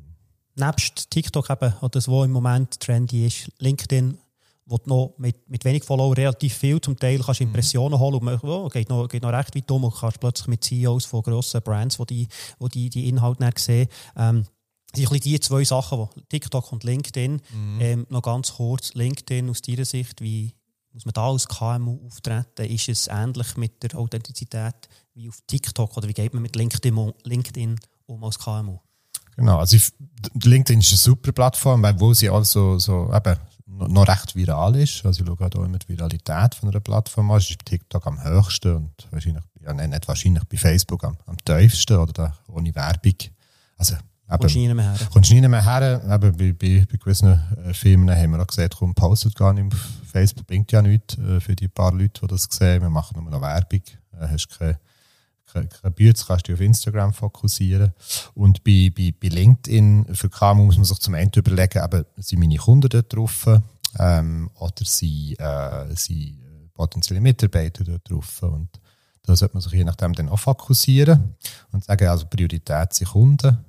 Nebst TikTok eben, oder das, was im Moment trendy ist, LinkedIn, wo du noch mit, mit wenig Follower relativ viel zum Teil kannst Impressionen holen und man, oh, geht, noch, geht noch recht weit um und kannst plötzlich mit C E Os von grossen Brands, die die, wo die, die Inhalte nicht sehen, ähm, sind ein bisschen die zwei Sachen, wo TikTok und LinkedIn, mhm. ähm, noch ganz kurz, LinkedIn aus deiner Sicht, wie muss man da als K M U auftreten? Ist es ähnlich mit der Authentizität wie auf TikTok oder wie geht man mit LinkedIn um, LinkedIn um als K M U?
Genau, also ich, LinkedIn ist eine super Plattform, weil wo sie also so eben noch recht viral ist. Also ich schaue auch immer die Viralität von einer Plattform an. Es ist bei TikTok am höchsten und wahrscheinlich, ja nicht wahrscheinlich, bei Facebook am, am tiefsten oder da ohne Werbung. Also
Kommst du nie mehr her?
Kommst du nie mehr her. Eben, bei, bei, bei gewissen äh, Firmen haben wir auch gesagt, komm, postet gar nicht auf Facebook, bringt ja nichts äh, für die paar Leute, die das sehen. Wir machen nur noch Werbung. Äh, hast keine Keine, keine Bücher, kannst du auf Instagram fokussieren. Und bei, bei, bei LinkedIn für K M U muss man sich zum einen überlegen, eben, sind meine Kunden dort drauf ähm, oder sind, äh, sind potenzielle Mitarbeiter dort drauf. Und da sollte man sich je nachdem dann auch fokussieren und sagen, also Priorität sind Kunden.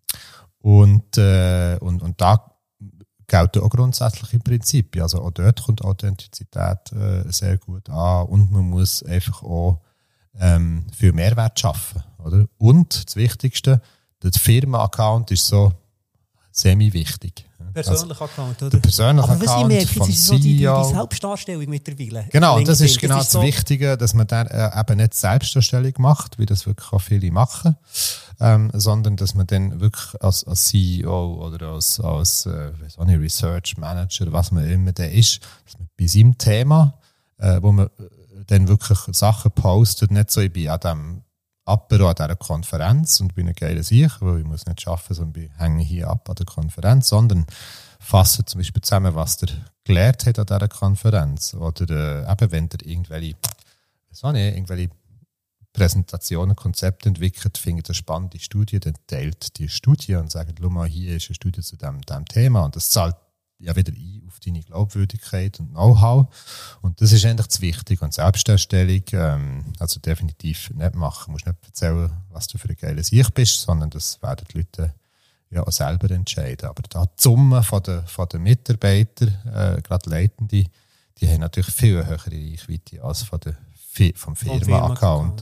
Und, äh, und, und da gelten auch grundsätzliche Prinzipien. Also auch dort kommt Authentizität äh, sehr gut an und man muss einfach auch Ähm, viel Mehrwert schaffen, oder? Und das Wichtigste, der Firmenaccount ist so semi-wichtig.
Persönlicher Account, oder?
Der persönliche
Aber was ich
Account
merke,
vom
jetzt ist so die, die,
C E O.
die Selbstdarstellung mittlerweile.
Genau, und das ist
LinkedIn,
genau
das,
das,
ist so
Wichtige, dass man dann äh, eben nicht Selbstdarstellung macht, wie das wirklich auch viele machen, ähm, sondern dass man dann wirklich als, als C E O oder als, als äh, weiß auch nicht, Research Manager, was man immer da ist, dass man bei seinem Thema, äh, wo man dann wirklich Sachen postet, nicht so, ich bin an diesem Apero, an dieser Konferenz und bin ein geiler Sieg, weil ich muss nicht arbeiten, sondern ich hänge hier ab an der Konferenz, sondern fasse zum Beispiel zusammen, was der gelernt hat an dieser Konferenz. Oder äh, eben, wenn der irgendwelche, weiß auch nicht, irgendwelche Präsentationen, Konzepte entwickelt, findet eine spannende Studie, dann teilt die Studie und sagt, schau mal, hier ist eine Studie zu diesem, diesem Thema und das zahlt ja wieder ein auf deine Glaubwürdigkeit und Know-how. Und das ist eigentlich das Wichtige. Und Selbstdarstellung, ähm, also definitiv nicht machen. Du musst nicht erzählen, was du für ein geiles Sieg bist, sondern das werden die Leute ja auch selber entscheiden. Aber da die Summe von der, von der Mitarbeiter, äh, gerade Leitende, die haben natürlich viel höhere Reichweite als von der, vom Firma-Account.
Okay.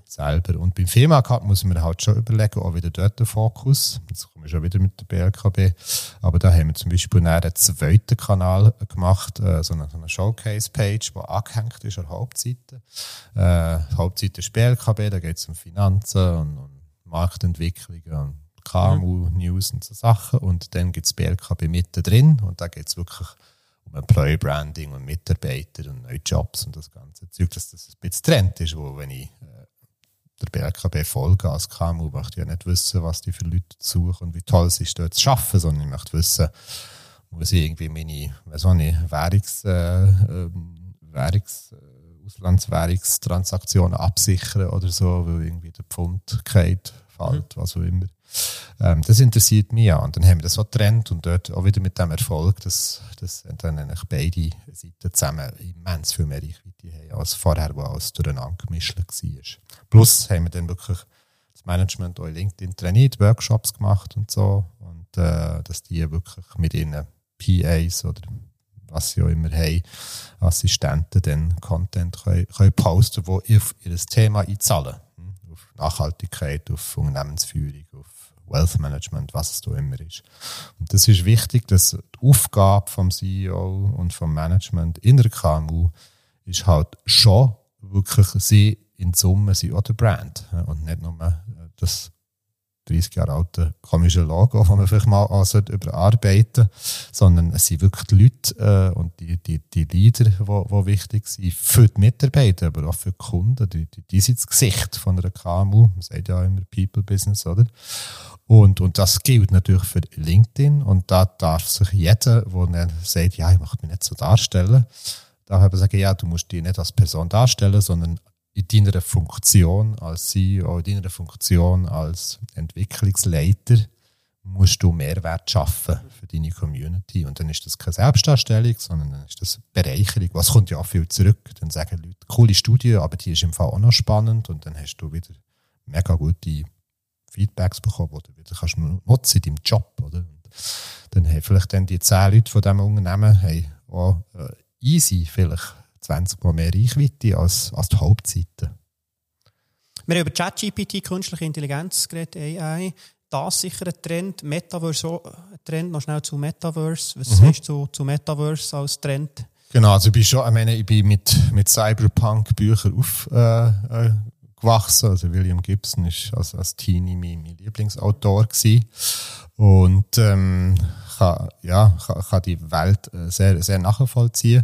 selber. Und beim FEMA-Cup muss man halt schon überlegen, auch wieder dort den Fokus. Jetzt kommen wir schon wieder mit der B L K B. Aber da haben wir zum Beispiel einen zweiten Kanal gemacht, äh, so eine, so eine Showcase-Page, die angehängt ist an der Hauptseite. Äh, die Hauptseite ist B L K B, da geht es um Finanzen und, und Marktentwicklungen und K M U-News und so Sachen. Und dann gibt es B L K B mittendrin und da geht es wirklich um Employer Branding und Mitarbeiter und neue Jobs und das ganze Zeug, dass das ein bisschen Trend ist, wo wenn ich äh, der B L K B folge als K M U, möchte ich ja nicht wissen, was die für Leute suchen und wie toll es ist, dort zu arbeiten, sondern ich möchte wissen, muss ich irgendwie meine, weiß auch nicht, Währungs, äh, äh, Währungs, äh, Auslandswährungstransaktionen absichern oder so, weil irgendwie der Pfund geht, fällt, mhm. was auch immer. Ähm, das interessiert mich ja. Und dann haben wir das so getrennt und dort auch wieder mit dem Erfolg, dass, dass dann eigentlich beide Seiten zusammen immens viel mehr Reichweite haben, als vorher, wo alles durcheinander gemischt war. Plus haben wir dann wirklich das Management auch in LinkedIn trainiert, Workshops gemacht und so. Und äh, dass die wirklich mit ihren P As oder was sie auch immer haben, Assistenten dann Content können, können posten, die auf ihr Thema einzahlen. Auf Nachhaltigkeit, auf Unternehmensführung, auf Wealth Management, was es da immer ist. Und das ist wichtig, dass die Aufgabe vom C E O und vom Management in der K M U ist halt schon wirklich sie in Summe sind auch der Brand und nicht nur das dreißig Jahre alte komische Logo, das man vielleicht mal also überarbeiten sollte, sondern es sind wirklich die Leute äh, und die, die, die Leader, die, die wichtig sind für die Mitarbeiter, aber auch für die Kunden. Die, die, die sind das Gesicht von einer K M U. Man sagt ja immer People Business, oder? Und, und das gilt natürlich für LinkedIn und da darf sich jeder, der sagt, ja, ich möchte mich nicht so darstellen, darf aber sagen, ja, du musst dich nicht als Person darstellen, sondern in deiner Funktion als C E O, in deiner Funktion als Entwicklungsleiter musst du Mehrwert schaffen für deine Community. Und dann ist das keine Selbstdarstellung, sondern dann ist das Bereicherung. Was kommt ja auch viel zurück? Dann sagen Leute, coole Studie, aber die ist im Fall auch noch spannend. Und dann hast du wieder mega gute Feedbacks bekommen, die du wieder kannst nutzen in deinem Job. Oder? Und dann haben vielleicht dann die zehn Leute von diesem Unternehmen haben auch äh, easy vielleicht zwanzig Mal mehr Reichweite als, als die Hauptseite.
Wir haben über ChatGPT, künstliche Intelligenz geredet, A I. Das ist sicher ein Trend. Metaverse auch ein Trend. Noch schnell zu Metaverse. Was mhm. hast du zu Metaverse als Trend?
Genau, also ich bin schon, ich meine, ich bin mit, mit Cyberpunk-Büchern aufgewachsen. Äh, also William Gibson ist als, als Teenie mein, mein Lieblingsautor gewesen. Und ähm, kann, ja, kann, kann die Welt sehr, sehr nachvollziehen.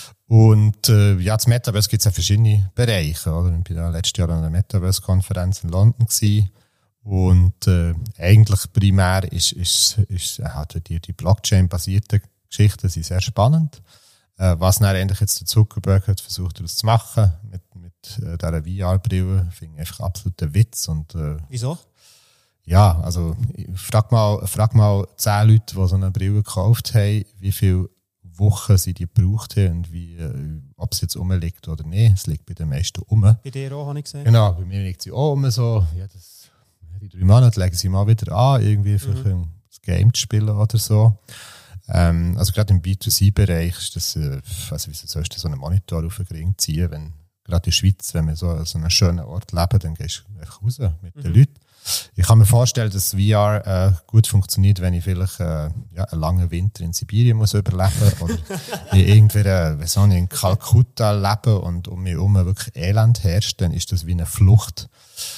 Und äh, ja, das Metaverse gibt es ja verschiedene Bereiche. Oder? Ich war ja letztes Jahr an einer Metaverse-Konferenz in London gewesen. Und äh, eigentlich primär ist, ist, ist äh, die, die Blockchain-basierten Geschichten sind sehr spannend. Äh, was dann eigentlich jetzt der Zuckerberg hat versucht, daraus zu machen mit, mit äh, dieser V R-Brille, finde ich einfach absoluter Witz. Und, äh,
Wieso?
Ja, also frag mal, frag mal zehn Leute, die so eine Brille gekauft haben, wie viele Wochen sie die gebraucht haben und wie, äh, ob es jetzt rumliegt oder nicht. Es liegt bei den meisten rum.
Bei dir auch, habe ich gesehen.
Genau, bei mir liegt sie auch rum. So, ja, das, die drei Monate legen sie mal wieder an, irgendwie für mhm. ein Game zu spielen oder so. Ähm, also gerade im B zwei C-Bereich ist das, äh, also wie sollst du so einen Monitor auf den Ring ziehen, wenn gerade in der Schweiz, wenn wir so an so einem schönen Ort leben, dann gehst du einfach raus mit mhm. den Leuten. Ich kann mir vorstellen, dass V R äh, gut funktioniert, wenn ich vielleicht äh, ja, einen langen Winter in Sibirien muss überleben oder in irgendeiner, weiß nicht, in Kalkutta leben und um mich herum wirklich Elend herrscht, dann ist das wie eine Flucht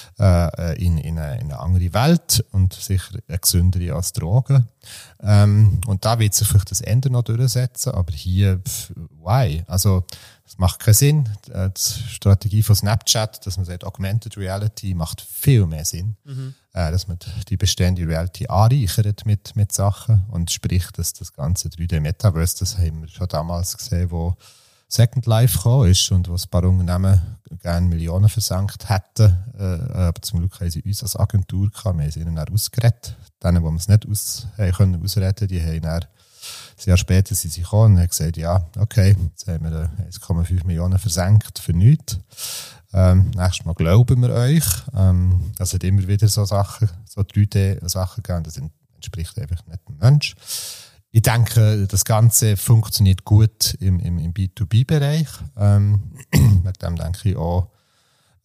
äh, in, in, eine, in eine andere Welt und sicher eine gesündere als Drogen. Ähm, und da wird sich vielleicht das Ende noch durchsetzen, aber hier, pff, why? Also, es macht keinen Sinn. Die Strategie von Snapchat, dass man sagt, Augmented Reality macht viel mehr Sinn. Mhm. Äh, dass man die bestehende Reality anreichert mit, mit Sachen und sprich, dass das ganze drei D-Metaverse, das haben wir schon damals gesehen, wo Second Life gekommen ist und wo ein paar Unternehmen gerne Millionen versenkt hätten. Äh, aber zum Glück haben sie uns als Agentur gehabt. Wir haben sie ihnen dann ausgeredet. Denen, die wir es nicht aus, haben können ausreden, die haben dann ein Jahr später sind sie gekommen und haben gesagt, ja, okay, jetzt haben wir eins Komma fünf Millionen versenkt für nichts. Ähm, nächstes Mal glauben wir euch. Ähm, es hat immer wieder so Sachen, so drei D-Sachen gegeben, das entspricht einfach nicht dem Mensch. Ich denke, das Ganze funktioniert gut im, im, im B zwei B-Bereich. Ähm, mit dem denke ich auch,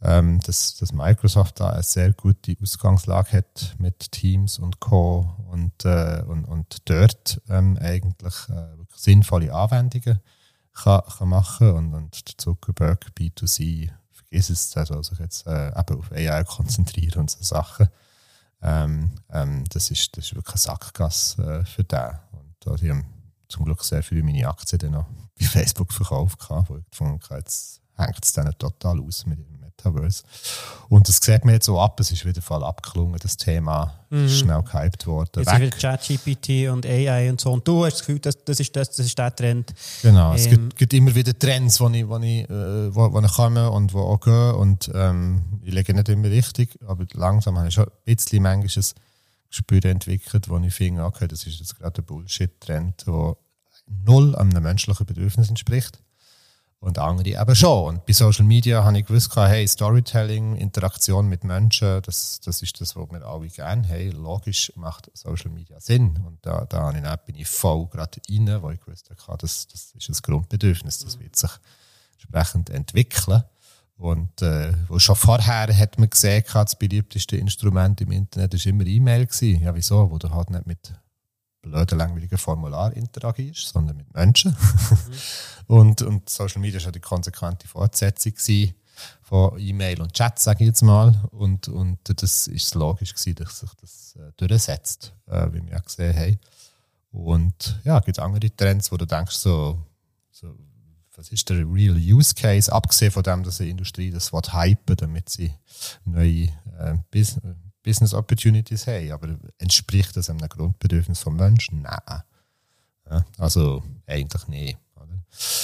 ähm, dass, dass Microsoft da eine sehr gute Ausgangslage hat mit Teams und Co. und, äh, und, und dort ähm, eigentlich äh, wirklich sinnvolle Anwendungen kann, kann machen und, und der Zuckerberg B zwei C, vergiss es, der soll sich jetzt äh, eben auf A I konzentrieren und so Sachen. Ähm, ähm, das, ist, das ist wirklich eine Sackgasse äh, für den. Und da die haben zum Glück sehr viele meine Aktien dann noch bei Facebook verkauft, wo ich gefunden habe, jetzt hängt es dann total aus mit dem Metaverse. Und das sieht man jetzt so ab, es ist wieder voll abgeklungen, das Thema mhm. ist schnell gehypt worden.
Jetzt wieder ChatGPT und A I und so. Und du hast das Gefühl, das, das, ist, das, das ist der Trend.
Genau, ähm, es gibt, gibt immer wieder Trends, die ich, wo ich, äh, wo, wo ich komme und die auch gehen. Und ähm, ich lege nicht immer richtig, aber langsam habe ich schon ein bisschen manchmal ein Gespür entwickelt, wo ich finde, okay, das ist jetzt gerade ein Bullshit-Trend, der null einem menschlichen Bedürfnis entspricht. Und andere eben schon. Und bei Social Media habe ich gewusst, hey, Storytelling, Interaktion mit Menschen, das, das ist das, was wir alle gerne haben. Logisch macht Social Media Sinn. Und da, da bin ich voll gerade rein, wo ich gewusst habe, das, das ist ein Grundbedürfnis, das wird sich entsprechend entwickeln. Und äh, wo schon vorher hat man gesehen, das beliebteste Instrument im Internet war immer E-Mail gewesen. Ja, wieso? Wo du halt nicht mit blöden, langweiligen Formular interagierst, sondern mit Menschen. Mhm. und, und Social Media war die konsequente Fortsetzung von E-Mail und Chat, sage ich jetzt mal. Und, und das ist logisch gewesen, dass sich das äh, durchsetzt, äh, wie wir ja gesehen haben. Und ja, es gibt andere Trends, wo du denkst, so, so, was ist der real Use Case, abgesehen von dem, dass die Industrie das hypen, damit sie neue äh, Business Business Opportunities haben, aber entspricht das einem Grundbedürfnis vom Menschen? Nein. Ja, also eigentlich nicht. Oder?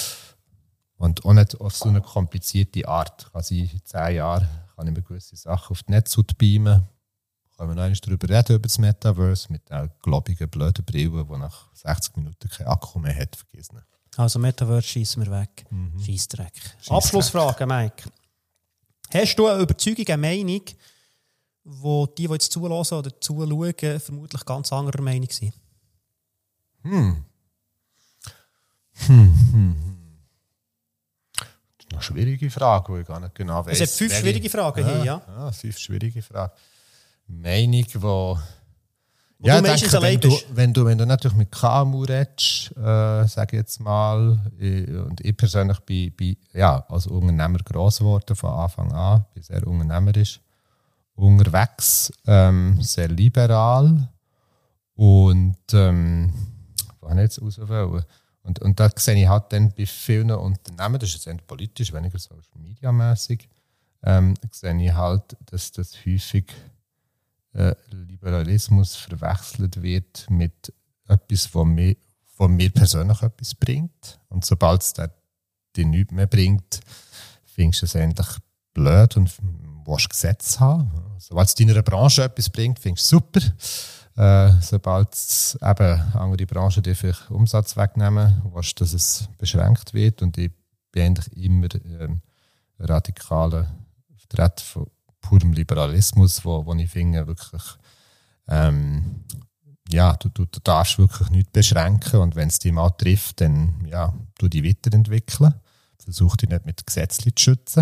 Und auch nicht auf so eine komplizierte Art. Also in zehn Jahren kann ich mir gewisse Sachen auf die Netzhaut beamen, kann man noch einmal darüber reden, über das Metaverse, mit einer globigen, blöden Brille, die nach sechzig Minuten keinen Akku mehr hat, vergessen.
Also Metaverse schießen wir weg. Mhm. Scheissdreck. Scheissdreck. Abschlussfrage, Mike. Hast du eine Überzeugung, eine Meinung, wo die, die jetzt zulassen oder zuschauen, vermutlich ganz anderer Meinung sind?
Hm. Hm, hm, hm. Das ist eine schwierige Frage, die ich gar nicht genau weiß.
Es hat fünf schwierige Fragen
ja,
hier, ja?
Ja, fünf schwierige Fragen. Meinung, wo...
Wo
ja,
du
denke, wenn, du, wenn, du, wenn du natürlich mit K M U redest, äh, sage ich jetzt mal, ich, und ich persönlich bin, bin ja, als Unternehmer gross geworden von Anfang an, bin sehr unternehmerisch unterwegs, ähm, sehr liberal und ähm, was habe ich jetzt rauswollen? Und, und da sehe ich halt dann bei vielen Unternehmen, das ist jetzt politisch, weniger Social Media mäßig, ähm, sehe ich halt, dass das häufig äh, Liberalismus verwechselt wird mit etwas, was mir, was mir persönlich etwas bringt. Und sobald es dir nichts mehr bringt, findest du es endlich blöd und willst Gesetze haben. Sobald es deiner Branche etwas bringt, findest du es super. Äh, sobald es eben andere Branchen dir vielleicht Umsatz wegnehmen, willst du, dass es beschränkt wird. Und ich bin eigentlich immer ähm, radikaler Vertreter von purem Liberalismus, wo, wo ich finde, wirklich, ähm, ja, du, du, du darfst wirklich nichts beschränken und wenn es dich mal trifft, dann ja, du dich weiterentwickeln. Versuch dich nicht mit Gesetzen zu schützen.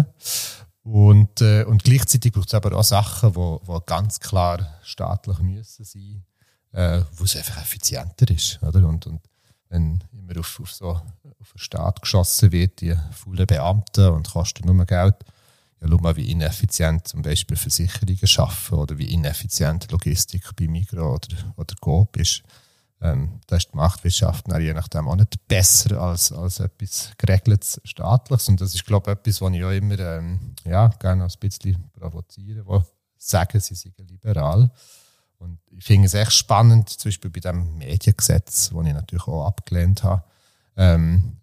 Und, äh, und gleichzeitig braucht es aber auch Sachen, die ganz klar staatlich müssen sein, äh, wo es einfach effizienter ist. Oder? Und, und wenn immer auf, auf so auf den Staat geschossen wird, die faulen Beamten und kostet nur Geld, ja, schau mal, wie ineffizient zum Beispiel Versicherungen arbeiten oder wie ineffizient Logistik bei Migros oder, oder Coop ist. Ähm, da ist die Marktwirtschaft je nachdem auch nicht besser als, als etwas geregeltes Staatliches. Und das ist, glaube ich, etwas, was ich auch immer ähm, ja, gerne ein bisschen provoziere, wo sagen, sie seien liberal. Und ich finde es echt spannend, zum Beispiel bei dem Mediengesetz, das ich natürlich auch abgelehnt habe, ähm,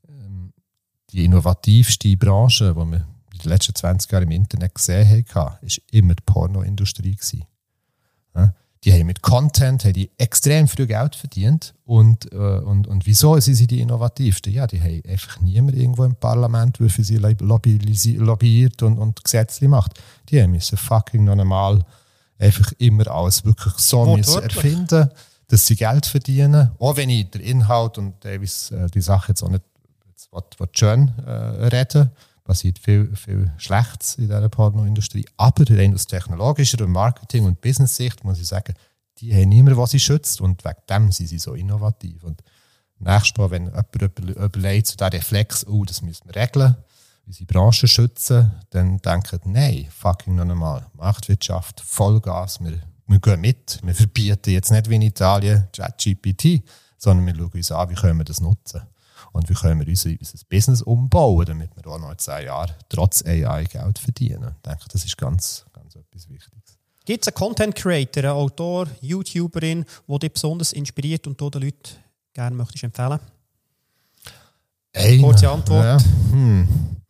die innovativste Branche, die wir in den letzten zwanzig Jahren im Internet gesehen haben, war immer die Pornoindustrie. Ja? Die haben mit Content haben die extrem früh Geld verdient. Und, äh, und, und wieso sind sie die innovativsten? Ja, die haben einfach niemand irgendwo im Parlament, der für sie lobbyiert und, und Gesetze macht. Die müssen fucking noch einmal einfach immer alles wirklich so müssen erfinden, dass sie Geld verdienen. Auch wenn ich den Inhalt und teilweise äh, die Sache jetzt auch nicht was schön äh, reden, passiert viel, viel Schlechtes in dieser Pornoindustrie. Aber rein aus technologischer und Marketing- und Business-Sicht muss ich sagen, die haben niemand, was sie schützt. Und wegen dem sind sie so innovativ. Und nächstes Mal, wenn jemand überlegt, so der Reflex, oh, das müssen wir regeln, unsere Branche schützen, dann denken, nein, fucking noch einmal, Marktwirtschaft, Vollgas, wir, wir gehen mit. Wir verbieten jetzt nicht wie in Italien ChatGPT, sondern wir schauen uns an, wie können wir das nutzen. Und wie können wir unser, unser Business umbauen, damit wir auch noch in zehn Jahren trotz A I Geld verdienen. Ich denke, das ist ganz, ganz etwas Wichtiges.
Gibt es einen Content Creator, einen Autor, YouTuberin, der dich besonders inspiriert und du den Leuten gerne möchtest empfehlen?
Eine,
Kurze Antwort.
Ja, hm.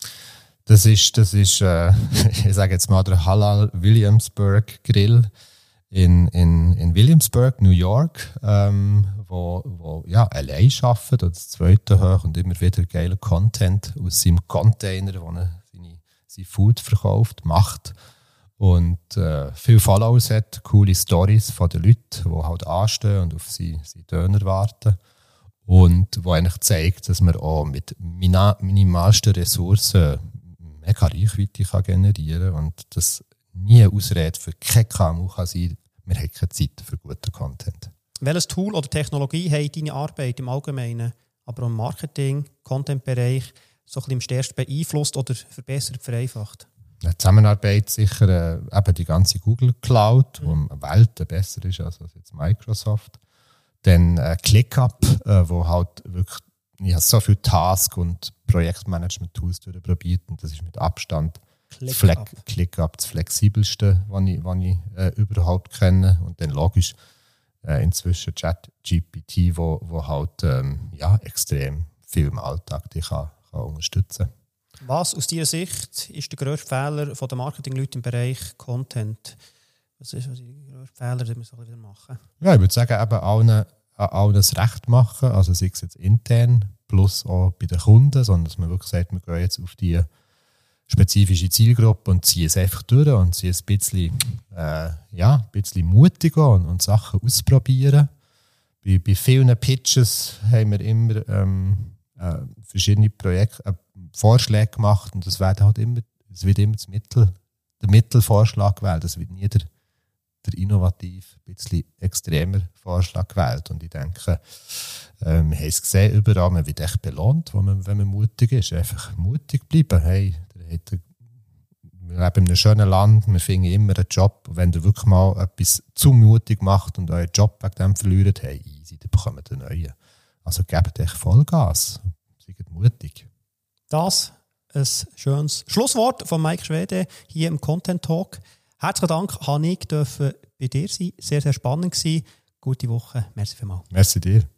Das ist, das ist äh, ich sage jetzt mal, der Halal Williamsburg Grill in, in, in Williamsburg, New York, ähm, wo, wo ja, allein arbeitet, das zweite hoch und immer wieder geiler Content aus seinem Container, wo er seine, sein Food verkauft, macht und äh, viele Follows hat, coole Stories von den Leuten, die halt anstehen und auf seine, seine Döner warten und wo eigentlich zeigt, dass man auch mit mina, minimalsten Ressourcen mega Reichweite kann generieren kann und das nie eine Ausrede für kein K M U kann sein, wir haben keine Zeit für guten Content.
Welches Tool oder Technologie hat deine Arbeit im Allgemeinen, aber auch im Marketing, Content-Bereich so ein bisschen am stärksten beeinflusst oder verbessert, vereinfacht?
Die Zusammenarbeit sicher äh, eben die ganze Google Cloud, die um Welten besser ist als jetzt Microsoft. Dann äh, ClickUp, äh, wo halt wirklich, ich habe so viele Tasks und Projektmanagement-Tools durchprobiert und das ist mit Abstand ClickUp, Fle- ClickUp das flexibelste, was ich, was ich äh, überhaupt kenne. Und dann logisch äh, inzwischen ChatGPT, wo, wo halt ähm, ja, extrem viel im Alltag dich kann, kann unterstützen kann.
Was aus deiner Sicht ist der grösste Fehler der Marketing-Leute im Bereich Content? Was ist was die grösste Fehler, die wir so wieder machen?
Ja, ich würde sagen, eben allen, allen das Recht machen, also sei es jetzt intern, plus auch bei den Kunden, sondern dass man wirklich sagt, wir gehen jetzt auf die spezifische Zielgruppe und ziehen es einfach durch und ziehen es ein bisschen, äh, ja, ein bisschen mutiger und, und Sachen ausprobieren. Bei, bei vielen Pitches haben wir immer ähm, äh, verschiedene Projekte, äh, Vorschläge gemacht und es wird halt immer, es wird immer das Mittel, der Mittelvorschlag gewählt. Es wird nie der, der innovativ, ein bisschen extremer Vorschlag gewählt. Und ich denke, äh, wir haben es gesehen überall, man wird echt belohnt, wenn man, wenn man mutig ist. Einfach mutig bleiben. Hey, der hat, wir leben in einem schönen Land, wir finden immer einen Job. Wenn ihr wirklich mal etwas zu mutig macht und euren Job wegen dem verliert, hey, easy, dann bekommt ihr einen neuen. Also gebt euch Vollgas, seid mutig.
Das ein schönes Schlusswort von Mike Schwede hier im Content Talk. Herzlichen Dank, habe ich bei dir sein. Sehr, sehr spannend gewesen. Gute Woche. Merci vielmals.
Merci dir.